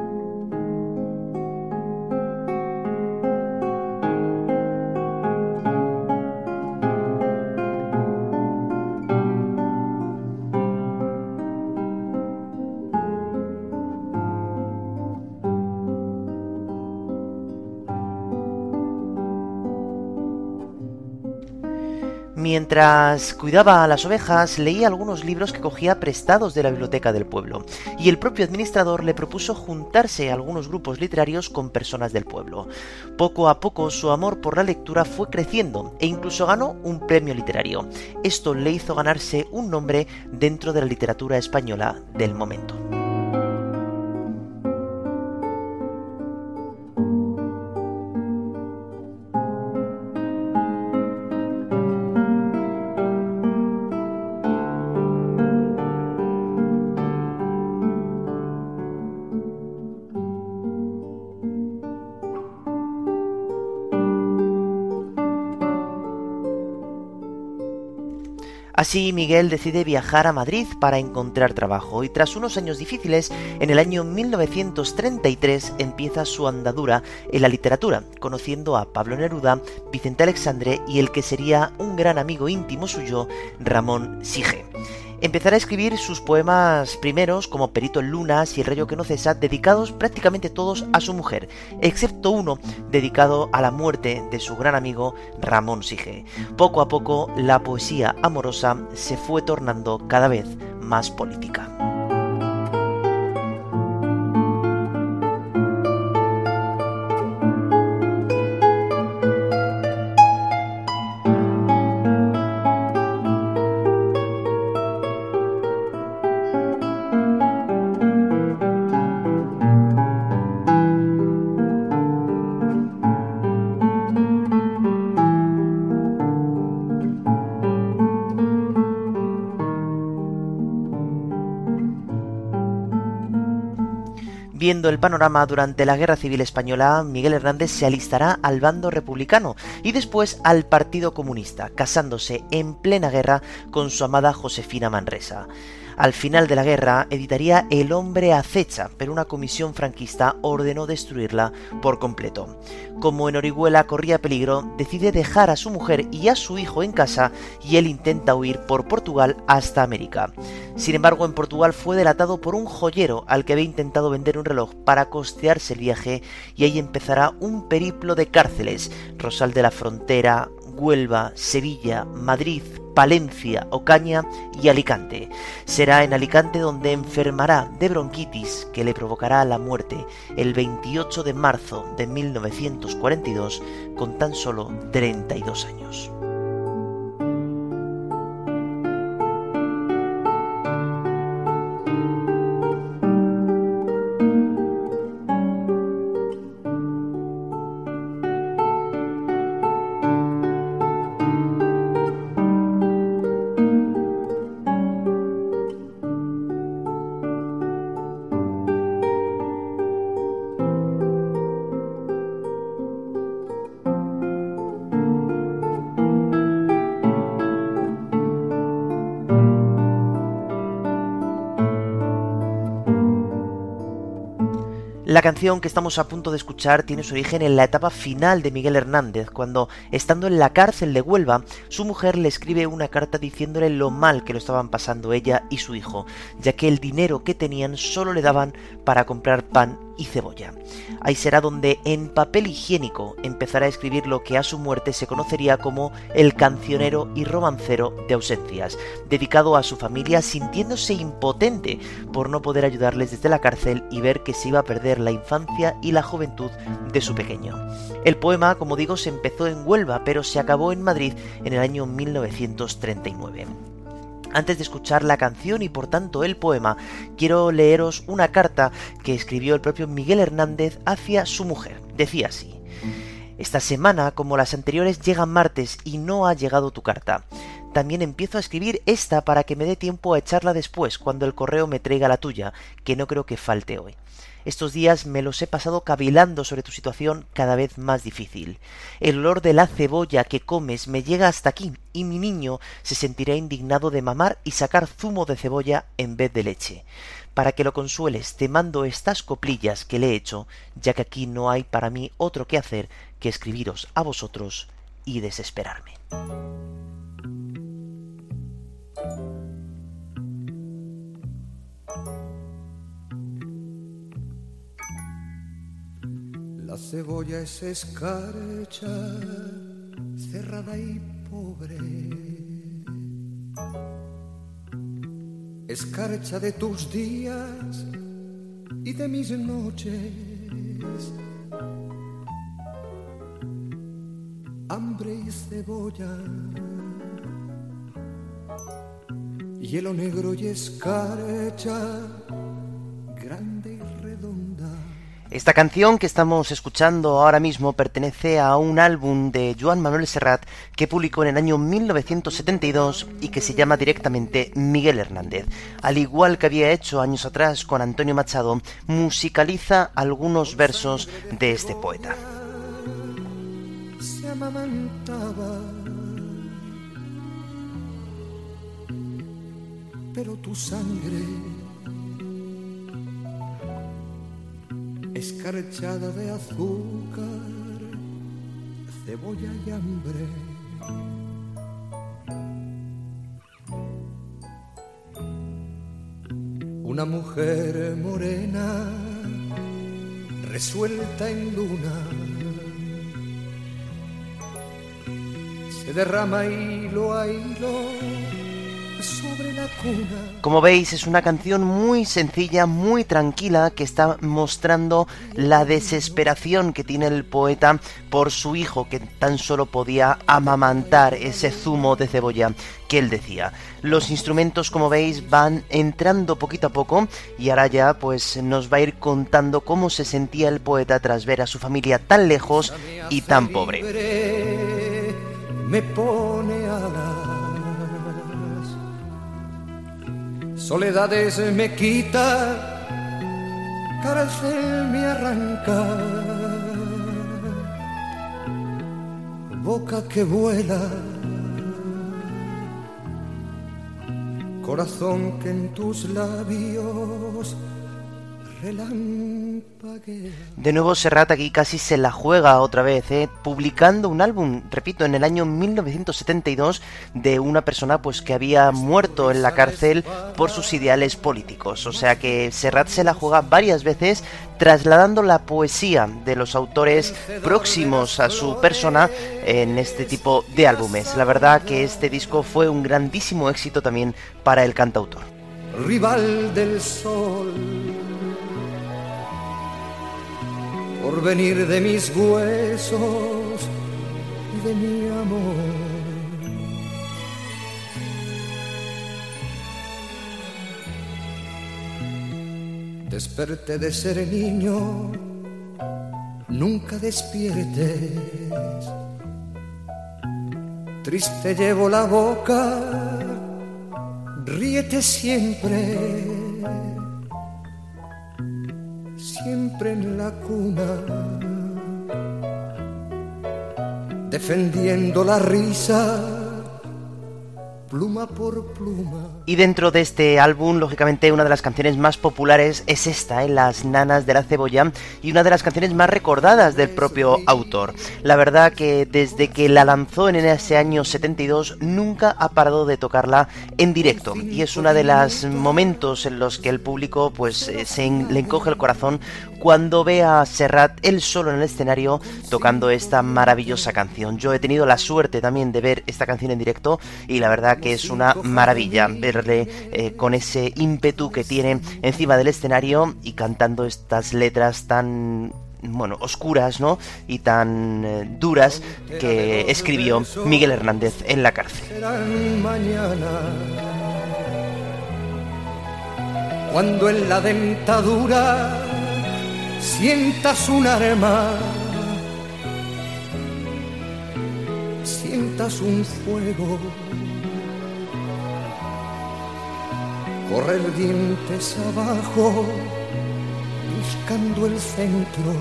Mientras cuidaba a las ovejas, leía algunos libros que cogía prestados de la biblioteca del pueblo, y el propio administrador le propuso juntarse a algunos grupos literarios con personas del pueblo. Poco a poco su amor por la lectura fue creciendo e incluso ganó un premio literario. Esto le hizo ganarse un nombre dentro de la literatura española del momento. Así Miguel decide viajar a Madrid para encontrar trabajo y tras unos años difíciles, en el año 1933 empieza su andadura en la literatura, conociendo a Pablo Neruda, Vicente Alexandre y el que sería un gran amigo íntimo suyo, Ramón Sige. Empezará a escribir sus poemas primeros como Perito en Lunas y El rayo que no cesa, dedicados prácticamente todos a su mujer, excepto uno dedicado a la muerte de su gran amigo Ramón Sige. Poco a poco la poesía amorosa se fue tornando cada vez más política. Viendo el panorama durante la Guerra Civil Española, Miguel Hernández se alistará al bando republicano y después al Partido Comunista, casándose en plena guerra con su amada Josefina Manresa. Al final de la guerra editaría El hombre acecha, pero una comisión franquista ordenó destruirla por completo. Como en Orihuela corría peligro, decide dejar a su mujer y a su hijo en casa y él intenta huir por Portugal hasta América. Sin embargo, en Portugal fue delatado por un joyero al que había intentado vender un reloj para costearse el viaje y ahí empezará un periplo de cárceles: Rosal de la Frontera, Huelva, Sevilla, Madrid, Palencia, Ocaña y Alicante. Será en Alicante donde enfermará de bronquitis que le provocará la muerte el 28 de marzo de 1942 con tan solo 32 años. La canción que estamos a punto de escuchar tiene su origen en la etapa final de Miguel Hernández, cuando, estando en la cárcel de Huelva, su mujer le escribe una carta diciéndole lo mal que lo estaban pasando ella y su hijo, ya que el dinero que tenían solo le daban para comprar pan y cebolla. Ahí será donde en papel higiénico empezará a escribir lo que a su muerte se conocería como El cancionero y romancero de ausencias, dedicado a su familia, sintiéndose impotente por no poder ayudarles desde la cárcel y ver que se iba a perder la infancia y la juventud de su pequeño. El poema, como digo, se empezó en Huelva, pero se acabó en Madrid en el año 1939. Antes de escuchar la canción y por tanto el poema, quiero leeros una carta que escribió el propio Miguel Hernández hacia su mujer. Decía así: esta semana, como las anteriores, llega martes y no ha llegado tu carta. También empiezo a escribir esta para que me dé tiempo a echarla después, cuando el correo me traiga la tuya, que no creo que falte hoy. Estos días me los he pasado cavilando sobre tu situación cada vez más difícil. El olor de la cebolla que comes me llega hasta aquí y mi niño se sentirá indignado de mamar y sacar zumo de cebolla en vez de leche. Para que lo consueles te mando estas coplillas que le he hecho, ya que aquí no hay para mí otro que hacer que escribiros a vosotros y desesperarme. La cebolla es escarcha, cerrada y pobre, escarcha de tus días y de mis noches, hambre y cebolla, hielo negro y escarcha, grande y redonda. Esta canción que estamos escuchando ahora mismo pertenece a un álbum de Joan Manuel Serrat que publicó en el año 1972 y que se llama directamente Miguel Hernández. Al igual que había hecho años atrás con Antonio Machado, musicaliza algunos versos de este poeta. Se amamantaba, pero tu sangre, escarchada de azúcar, cebolla y hambre. Una mujer morena, resuelta en luna, se derrama hilo a hilo sobre la cuna. Como veis, es una canción muy sencilla, muy tranquila, que está mostrando la desesperación que tiene el poeta por su hijo, que tan solo podía amamantar ese zumo de cebolla que él decía. Los instrumentos, como veis, van entrando poquito a poco y ahora ya pues nos va a ir contando cómo se sentía el poeta tras ver a su familia tan lejos y tan pobre. Me pone alas, soledades me quita cárcel me arranca, boca que vuela, corazón que en tus labios relampaguea. De nuevo Serrat aquí casi se la juega otra vez, publicando un álbum, repito, en el año 1972 de una persona pues que había muerto en la cárcel por sus ideales políticos. O sea que Serrat se la juega varias veces trasladando la poesía de los autores próximos a su persona en este tipo de álbumes. La verdad que este disco fue un grandísimo éxito también para el cantautor. Rival del sol, por venir de mis huesos y de mi amor. Desperté de ser niño, nunca despiertes. Triste llevo la boca, ríete siempre. Siempre en la cuna, defendiendo la risa, pluma por pluma. Y dentro de este álbum, lógicamente, una de las canciones más populares es esta, Las nanas de la cebolla, y una de las canciones más recordadas del propio autor. La verdad que desde que la lanzó en ese año 72, nunca ha parado de tocarla en directo, y es uno de los momentos en los que el público pues le encoge el corazón cuando ve a Serrat él solo en el escenario tocando esta maravillosa canción. Yo he tenido la suerte también de ver esta canción en directo y la verdad que es una maravilla verle con ese ímpetu que tiene encima del escenario y cantando estas letras tan oscuras, ¿no? Y tan duras que escribió Miguel Hernández en la cárcel. Cuando en la dentadura sientas un arma, sientas un fuego, correr dientes abajo, buscando el centro.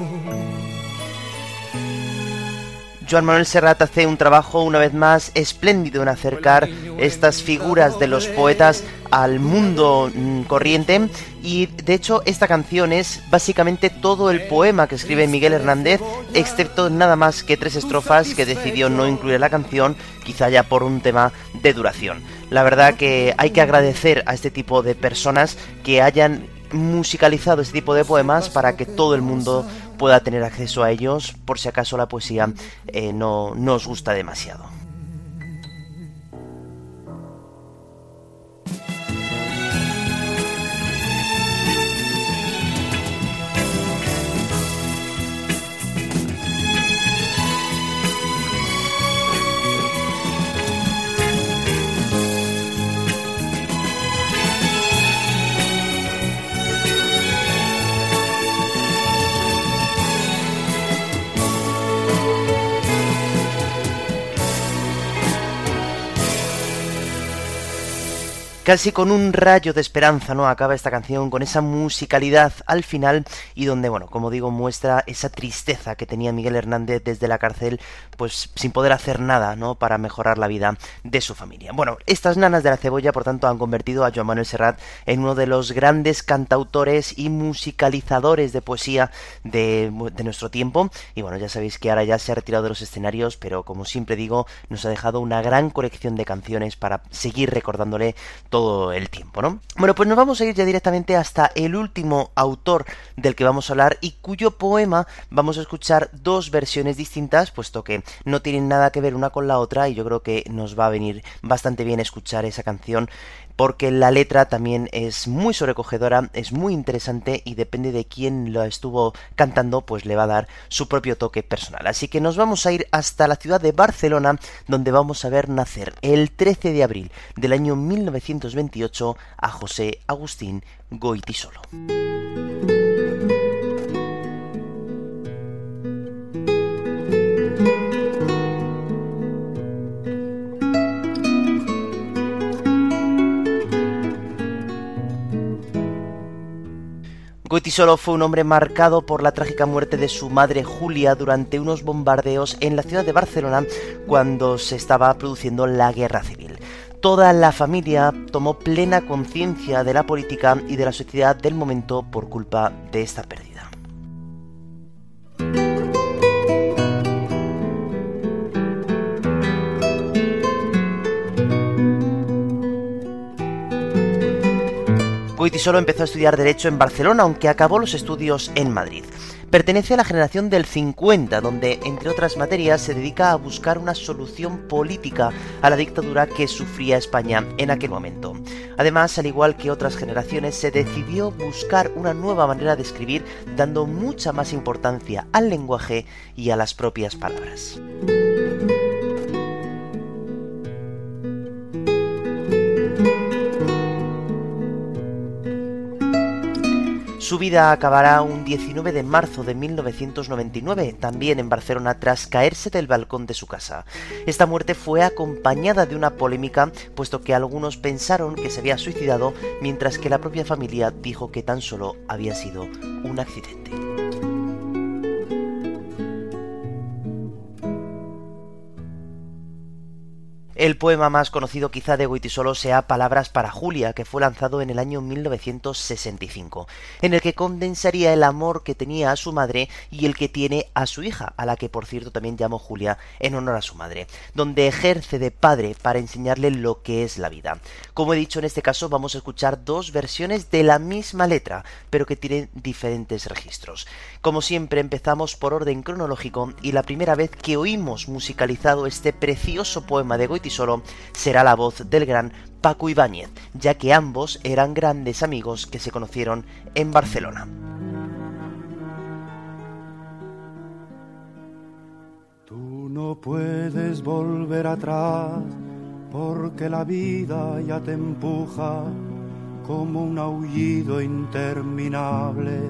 Joan Manuel Serrat hace un trabajo una vez más espléndido en acercar estas figuras de los poetas al mundo corriente, y de hecho esta canción es básicamente todo el poema que escribe Miguel Hernández, excepto nada más que 3 estrofas que decidió no incluir en la canción, quizá ya por un tema de duración. La verdad que hay que agradecer a este tipo de personas que hayan musicalizado este tipo de poemas para que todo el mundo pueda tener acceso a ellos, por si acaso la poesía no os gusta demasiado. Casi con un rayo de esperanza, ¿no? Acaba esta canción con esa musicalidad al final y donde, como digo, muestra esa tristeza que tenía Miguel Hernández desde la cárcel, pues sin poder hacer nada, ¿no? Para mejorar la vida de su familia. Bueno, estas nanas de la cebolla, por tanto, han convertido a Joan Manuel Serrat en uno de los grandes cantautores y musicalizadores de poesía de nuestro tiempo. Y bueno, ya sabéis que ahora ya se ha retirado de los escenarios, pero como siempre digo, nos ha dejado una gran colección de canciones para seguir recordándole todo el tiempo, ¿no? Bueno, pues nos vamos a ir ya directamente hasta el último autor del que vamos a hablar y cuyo poema vamos a escuchar 2 versiones distintas, puesto que no tienen nada que ver una con la otra, y yo creo que nos va a venir bastante bien escuchar esa canción, porque la letra también es muy sobrecogedora, es muy interesante y depende de quién lo estuvo cantando, pues le va a dar su propio toque personal. Así que nos vamos a ir hasta la ciudad de Barcelona, donde vamos a ver nacer el 13 de abril del año 1928 a José Agustín Goytisolo. Goytisolo fue un hombre marcado por la trágica muerte de su madre Julia durante unos bombardeos en la ciudad de Barcelona cuando se estaba produciendo la guerra civil. Toda la familia tomó plena conciencia de la política y de la sociedad del momento por culpa de esta pérdida. Goytisolo empezó a estudiar Derecho en Barcelona, aunque acabó los estudios en Madrid. Pertenece a la generación del 50, donde, entre otras materias, se dedica a buscar una solución política a la dictadura que sufría España en aquel momento. Además, al igual que otras generaciones, se decidió buscar una nueva manera de escribir, dando mucha más importancia al lenguaje y a las propias palabras. Su vida acabará un 19 de marzo de 1999, también en Barcelona, tras caerse del balcón de su casa. Esta muerte fue acompañada de una polémica, puesto que algunos pensaron que se había suicidado, mientras que la propia familia dijo que tan solo había sido un accidente. El poema más conocido quizá de Goytisolo sea Palabras para Julia, que fue lanzado en el año 1965, en el que condensaría el amor que tenía a su madre y el que tiene a su hija, a la que por cierto también llamó Julia en honor a su madre, donde ejerce de padre para enseñarle lo que es la vida. Como he dicho, en este caso vamos a escuchar dos versiones de la misma letra, pero que tienen diferentes registros. Como siempre, empezamos por orden cronológico y la primera vez que oímos musicalizado este precioso poema de Goytisolo será la voz del gran Paco Ibáñez, ya que ambos eran grandes amigos que se conocieron en Barcelona. Tú no puedes volver atrás porque la vida ya te empuja como un aullido interminable,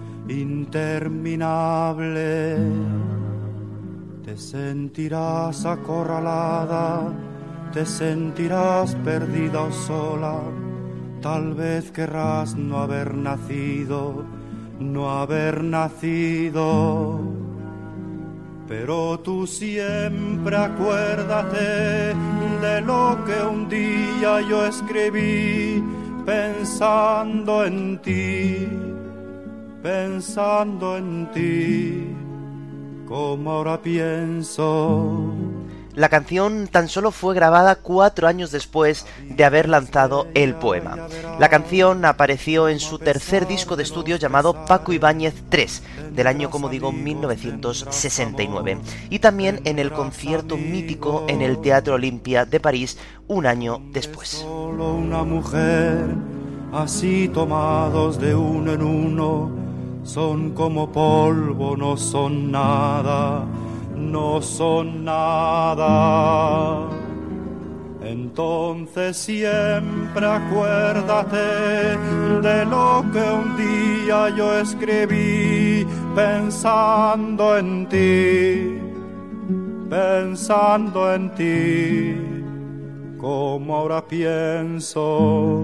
interminable. Te sentirás acorralada, te sentirás perdida o sola, tal vez querrás no haber nacido, no haber nacido. Pero tú siempre acuérdate de lo que un día yo escribí, pensando en ti, pensando en ti, como ahora pienso. La canción tan solo fue grabada 4 años después de haber lanzado el poema. La canción apareció en su tercer disco de estudio llamado Paco Ibáñez 3, del año, como digo, 1969, y también en el concierto mítico en el Teatro Olympia de París un año después. Solo una mujer, así tomados de uno en uno, son como polvo, no son nada, no son nada. Entonces siempre acuérdate de lo que un día yo escribí, pensando en ti, pensando en ti, como ahora pienso.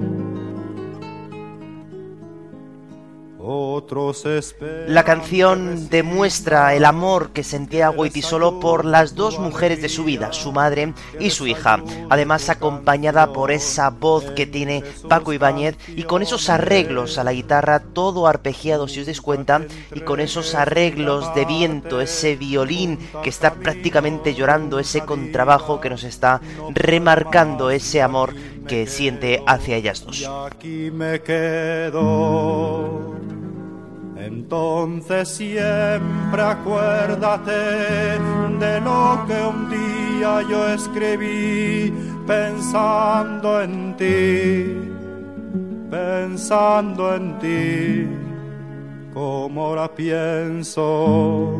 La canción demuestra el amor que sentía Goytisolo por las dos mujeres de su vida, su madre y su hija, además acompañada por esa voz que tiene Paco Ibáñez y con esos arreglos a la guitarra, todo arpegiado si os dais cuenta, y con esos arreglos de viento, ese violín que está prácticamente llorando, ese contrabajo que nos está remarcando ese amor que siente hacia ellas dos. Y aquí me quedo. Entonces siempre acuérdate de lo que un día yo escribí, pensando en ti, pensando en ti, como ahora pienso.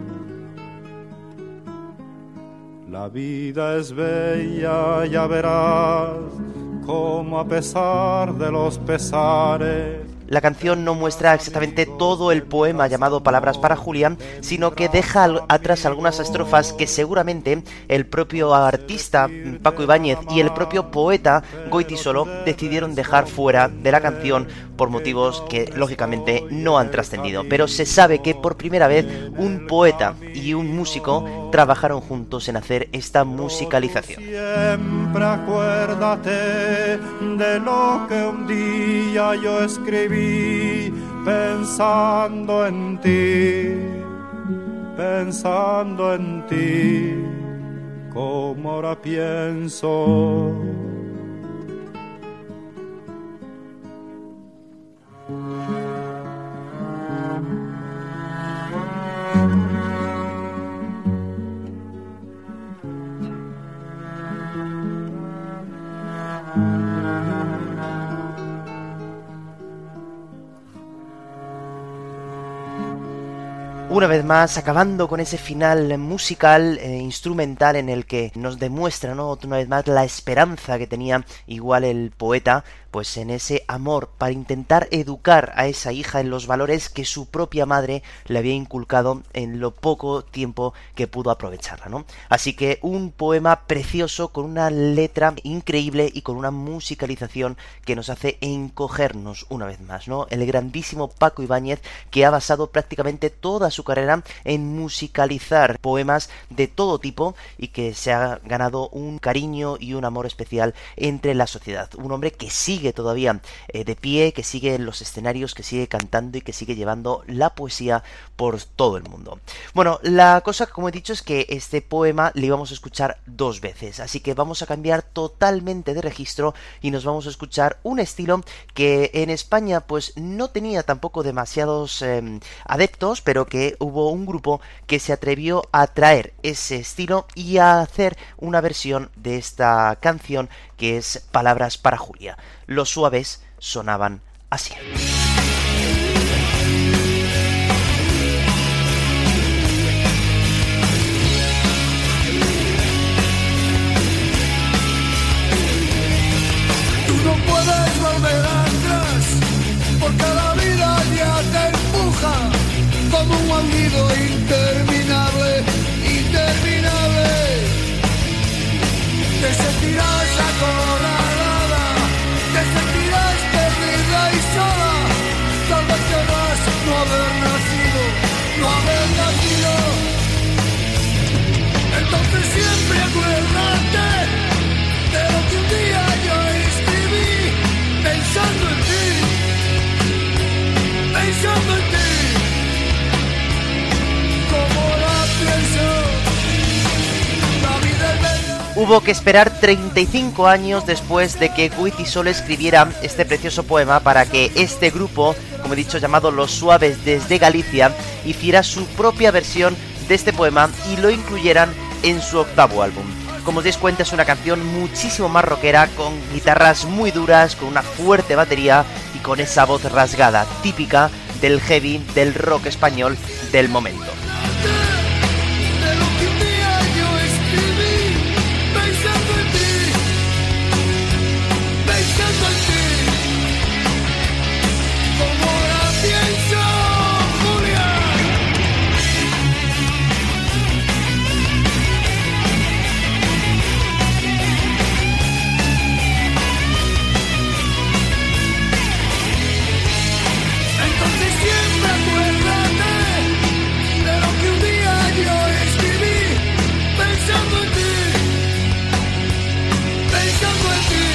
La vida es bella, ya verás, como a pesar de los pesares, la canción no muestra exactamente todo el poema llamado Palabras para Julia, sino que deja atrás algunas estrofas que seguramente el propio artista Paco Ibáñez y el propio poeta Goytisolo decidieron dejar fuera de la canción por motivos que lógicamente no han trascendido. Pero se sabe que por primera vez un poeta y un músico trabajaron juntos en hacer esta musicalización. Siempre acuérdate de lo que un día yo escribí, pensando en ti, como ahora pienso. Una vez más, acabando con ese final musical, instrumental, en el que nos demuestra, ¿no?, una vez más la esperanza que tenía igual el poeta, pues en ese amor para intentar educar a esa hija en los valores que su propia madre le había inculcado en lo poco tiempo que pudo aprovecharla, ¿no? Así que un poema precioso, con una letra increíble y con una musicalización que nos hace encogernos una vez más, ¿no? El grandísimo Paco Ibáñez, que ha basado prácticamente toda su carrera en musicalizar poemas de todo tipo y que se ha ganado un cariño y un amor especial entre la sociedad. Un hombre que sigue todavía de pie, que sigue en los escenarios, que sigue cantando y que sigue llevando la poesía por todo el mundo. Bueno, la cosa, como he dicho, es que este poema le íbamos a escuchar dos veces, así que vamos a cambiar totalmente de registro y nos vamos a escuchar un estilo que en España pues no tenía tampoco demasiados adeptos, pero que hubo un grupo que se atrevió a traer ese estilo y a hacer una versión de esta canción, que es Palabras para Julia. Los Suaves sonaban así. Tú no puedes volver atrás, porque la vida ya te empuja como un aullido interminable, interminable. Te sentirás acorralada, te sentirás perdida y sola. Tal vez querrás no haber nacido, no haber nacido. Entonces siempre acuérdate de lo que un día yo escribí, pensando en ti, pensando en ti. Como la pienso, la vida es bella. Hubo que esperar 35 años después de que Goytisolo escribiera este precioso poema para que este grupo, como he dicho, llamado Los Suaves desde Galicia, hiciera su propia versión de este poema y lo incluyeran en su octavo álbum. Como os dais cuenta, es una canción muchísimo más rockera, con guitarras muy duras, con una fuerte batería y con esa voz rasgada, típica del heavy, del rock español del momento. De lo que un día yo escribí, pensando en ti, pensando en ti. Como la pienso, Julia. Entonces siempre acuérdate de lo que un día yo escribí, pensando en ti, pensando en ti.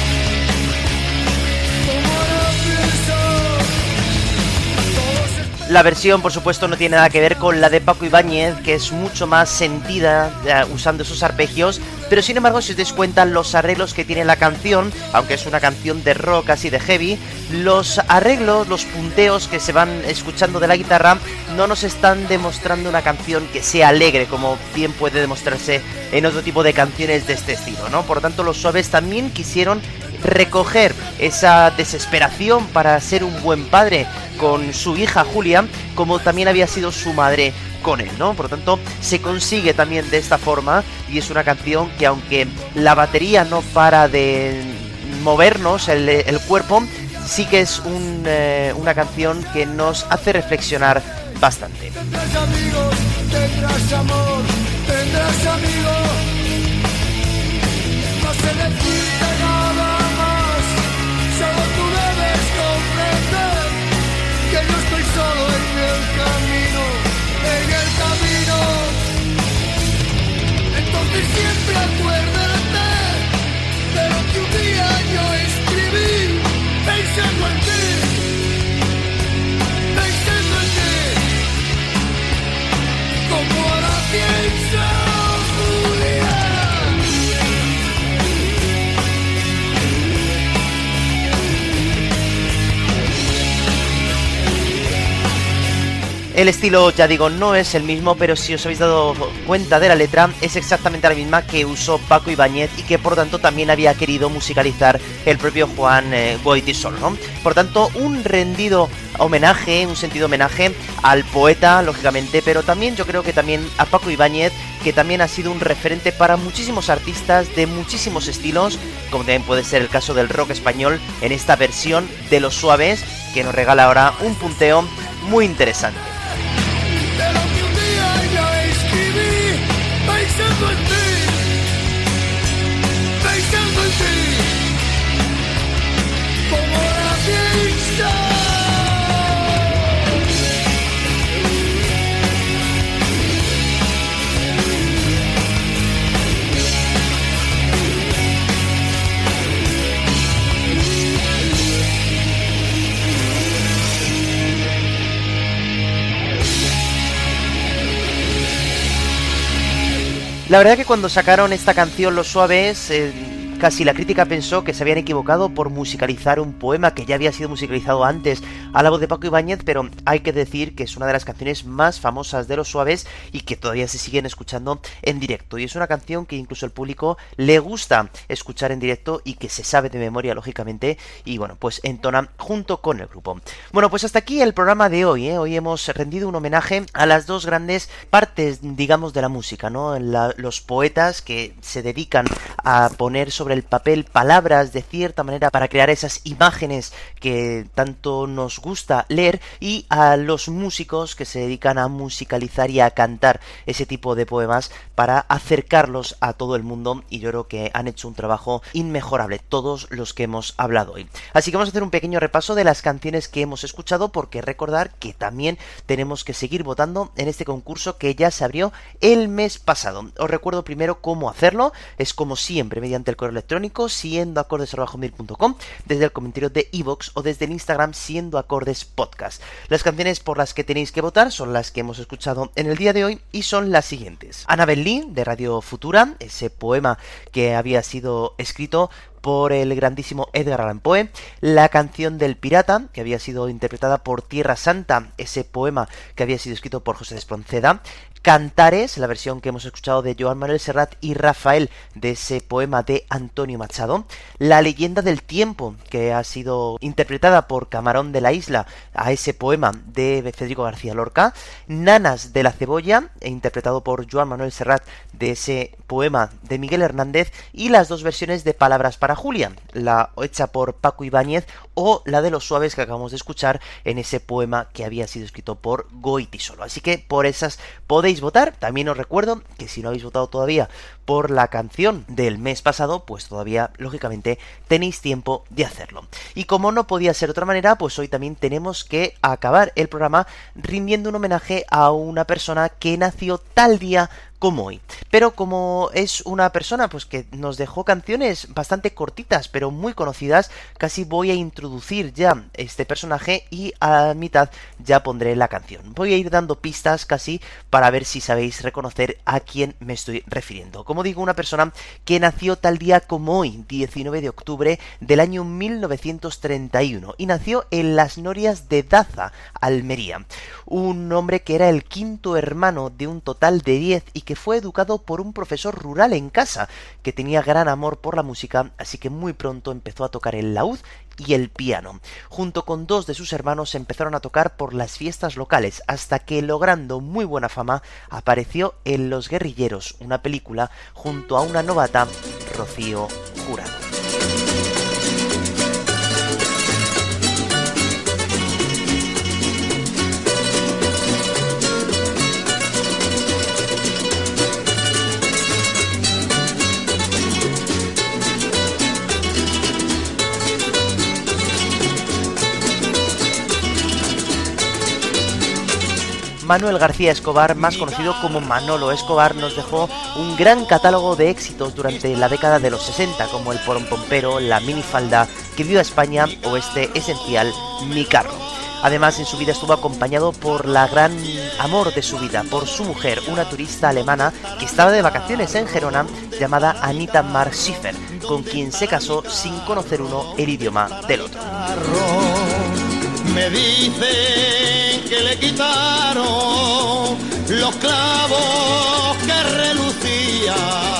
Como ahora pienso, todos La versión, por supuesto, no tiene nada que ver con la de Paco Ibáñez, que es mucho más sentida, usando esos arpegios, pero sin embargo, si os dais cuenta, los arreglos que tiene la canción, aunque es una canción de rock así de heavy, los arreglos, los punteos que se van escuchando de la guitarra no nos están demostrando una canción que sea alegre, como bien puede demostrarse en otro tipo de canciones de este estilo, ¿no? Por lo tanto, Los Suaves también quisieron recoger esa desesperación para ser un buen padre con su hija Julia, como también había sido su madre con él, ¿no? Por lo tanto, se consigue también de esta forma, y es una canción que, aunque la batería no para de movernos el cuerpo, sí que es una canción que nos hace reflexionar bastante. Tendrás amigos, tendrás amor, tendrás amigos. No se necesita nada más, solo tú debes comprender que yo estoy solo en el camino, en el camino. Entonces siempre acuérdate de lo que un día yo escribí, pensando en ti, pensando en ti, como ahora pienso, Julia. El estilo, ya digo, no es el mismo, pero si os habéis dado cuenta de la letra, es exactamente la misma que usó Paco Ibáñez y que por tanto también había querido musicalizar el propio Juan Goytisolo, ¿no? Por tanto, un rendido homenaje, un sentido homenaje al poeta, lógicamente, pero también yo creo que también a Paco Ibáñez, que también ha sido un referente para muchísimos artistas de muchísimos estilos, como también puede ser el caso del rock español en esta versión de Los Suaves, que nos regala ahora un punteo muy interesante. De lo que un día yo escribí, pensando en ti, pensando en ti, como la pienso. La verdad que cuando sacaron esta canción Los Suaves, casi la crítica pensó que se habían equivocado por musicalizar un poema que ya había sido musicalizado antes a la voz de Paco Ibáñez, pero hay que decir que es una de las canciones más famosas de Los Suaves y que todavía se siguen escuchando en directo. Y es una canción que incluso al público le gusta escuchar en directo y que se sabe de memoria, lógicamente, y bueno, pues entona junto con el grupo. Bueno, pues hasta aquí el programa de hoy, ¿eh? Hoy hemos rendido un homenaje a las dos grandes partes, digamos, de la música, ¿no? Los poetas que se dedican a poner sobre el papel palabras de cierta manera para crear esas imágenes que tanto nos gusta leer, y a los músicos que se dedican a musicalizar y a cantar ese tipo de poemas para acercarlos a todo el mundo, y yo creo que han hecho un trabajo inmejorable todos los que hemos hablado hoy. Así que vamos a hacer un pequeño repaso de las canciones que hemos escuchado, porque recordar que también tenemos que seguir votando en este concurso que ya se abrió el mes pasado. Os recuerdo primero cómo hacerlo. Es como siempre mediante el correo electrónico siendoacordes@gmail.com, desde el comentario de iVoox o desde el Instagram siendoacordespodcast. Las canciones por las que tenéis que votar son las que hemos escuchado en el día de hoy y son las siguientes: Annabel Lee, de Radio Futura, ese poema que había sido escrito por el grandísimo Edgar Allan Poe; La canción del pirata, que había sido interpretada por Tierra Santa, ese poema que había sido escrito por José de Espronceda; Cantares, la versión que hemos escuchado de Joan Manuel Serrat y Rafael, de ese poema de Antonio Machado; La leyenda del tiempo, que ha sido interpretada por Camarón de la Isla a ese poema de Federico García Lorca; Nanas de la cebolla, interpretado por Joan Manuel Serrat, de ese poema de Miguel Hernández; y las dos versiones de Palabras para Julia, la hecha por Paco Ibáñez o la de Los Suaves que acabamos de escuchar en ese poema que había sido escrito por Goytisolo. Así que por esas podéis votar. También os recuerdo que si no habéis votado todavía por la canción del mes pasado, pues todavía, lógicamente, tenéis tiempo de hacerlo. Y como no podía ser de otra manera, pues hoy también tenemos que acabar el programa rindiendo un homenaje a una persona que nació tal día como hoy. Pero como es una persona pues que nos dejó canciones bastante cortitas pero muy conocidas, casi voy a introducir ya este personaje y a mitad ya pondré la canción. Voy a ir dando pistas casi para ver si sabéis reconocer a quién me estoy refiriendo. Como digo, una persona que nació tal día como hoy, 19 de octubre del año 1931, y nació en Las Norias de Daza, Almería. Un hombre que era el quinto hermano de un total de 10 y que fue educado por un profesor rural en casa, que tenía gran amor por la música, así que muy pronto empezó a tocar el laúd y el piano. Junto con dos de sus hermanos empezaron a tocar por las fiestas locales, hasta que, logrando muy buena fama, apareció en Los Guerrilleros, una película, junto a una novata, Rocío Jurado. Manuel García Escobar, más conocido como Manolo Escobar, nos dejó un gran catálogo de éxitos durante la década de los 60, como el Porompompero, La minifalda, Que viva España o este esencial Mi carro. Además, en su vida estuvo acompañado por la gran amor de su vida, por su mujer, una turista alemana que estaba de vacaciones en Gerona, llamada Anita Mark Schiffer, con quien se casó sin conocer uno el idioma del otro. Me dicen que le quitaron los clavos que relucían,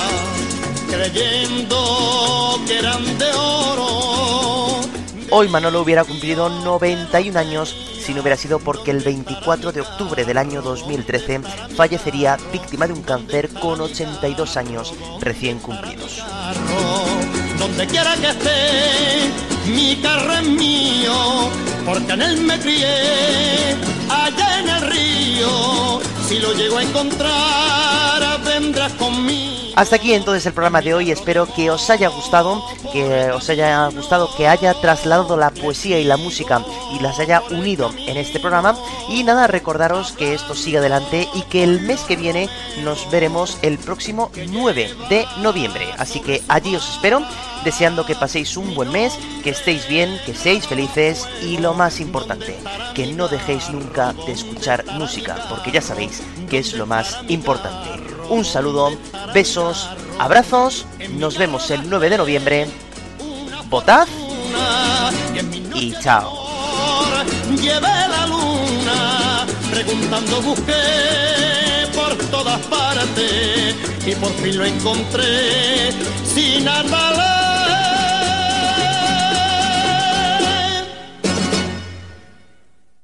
creyendo que eran de oro. Hoy Manolo hubiera cumplido 91 años si no hubiera sido porque el 24 de octubre del año 2013 fallecería víctima de un cáncer con 82 años recién cumplidos. Donde quiera que esté, mi carro es mío, porque en él me crié, allá en el río. Si lo llego a encontrar, vendrás conmigo. Hasta aquí entonces el programa de hoy. Espero que os haya gustado, que haya trasladado la poesía y la música y las haya unido en este programa. Y nada, recordaros que esto sigue adelante y que el mes que viene nos veremos el próximo 9 de noviembre. Así que allí os espero, deseando que paséis un buen mes, que estéis bien, que seáis felices y lo más importante, que no dejéis nunca de escuchar música, porque ya sabéis que es lo más importante. Un saludo, besos, abrazos, nos vemos el 9 de noviembre, votad y chao. Llevé la luna, preguntando busqué por todas partes y por fin lo encontré sin nada.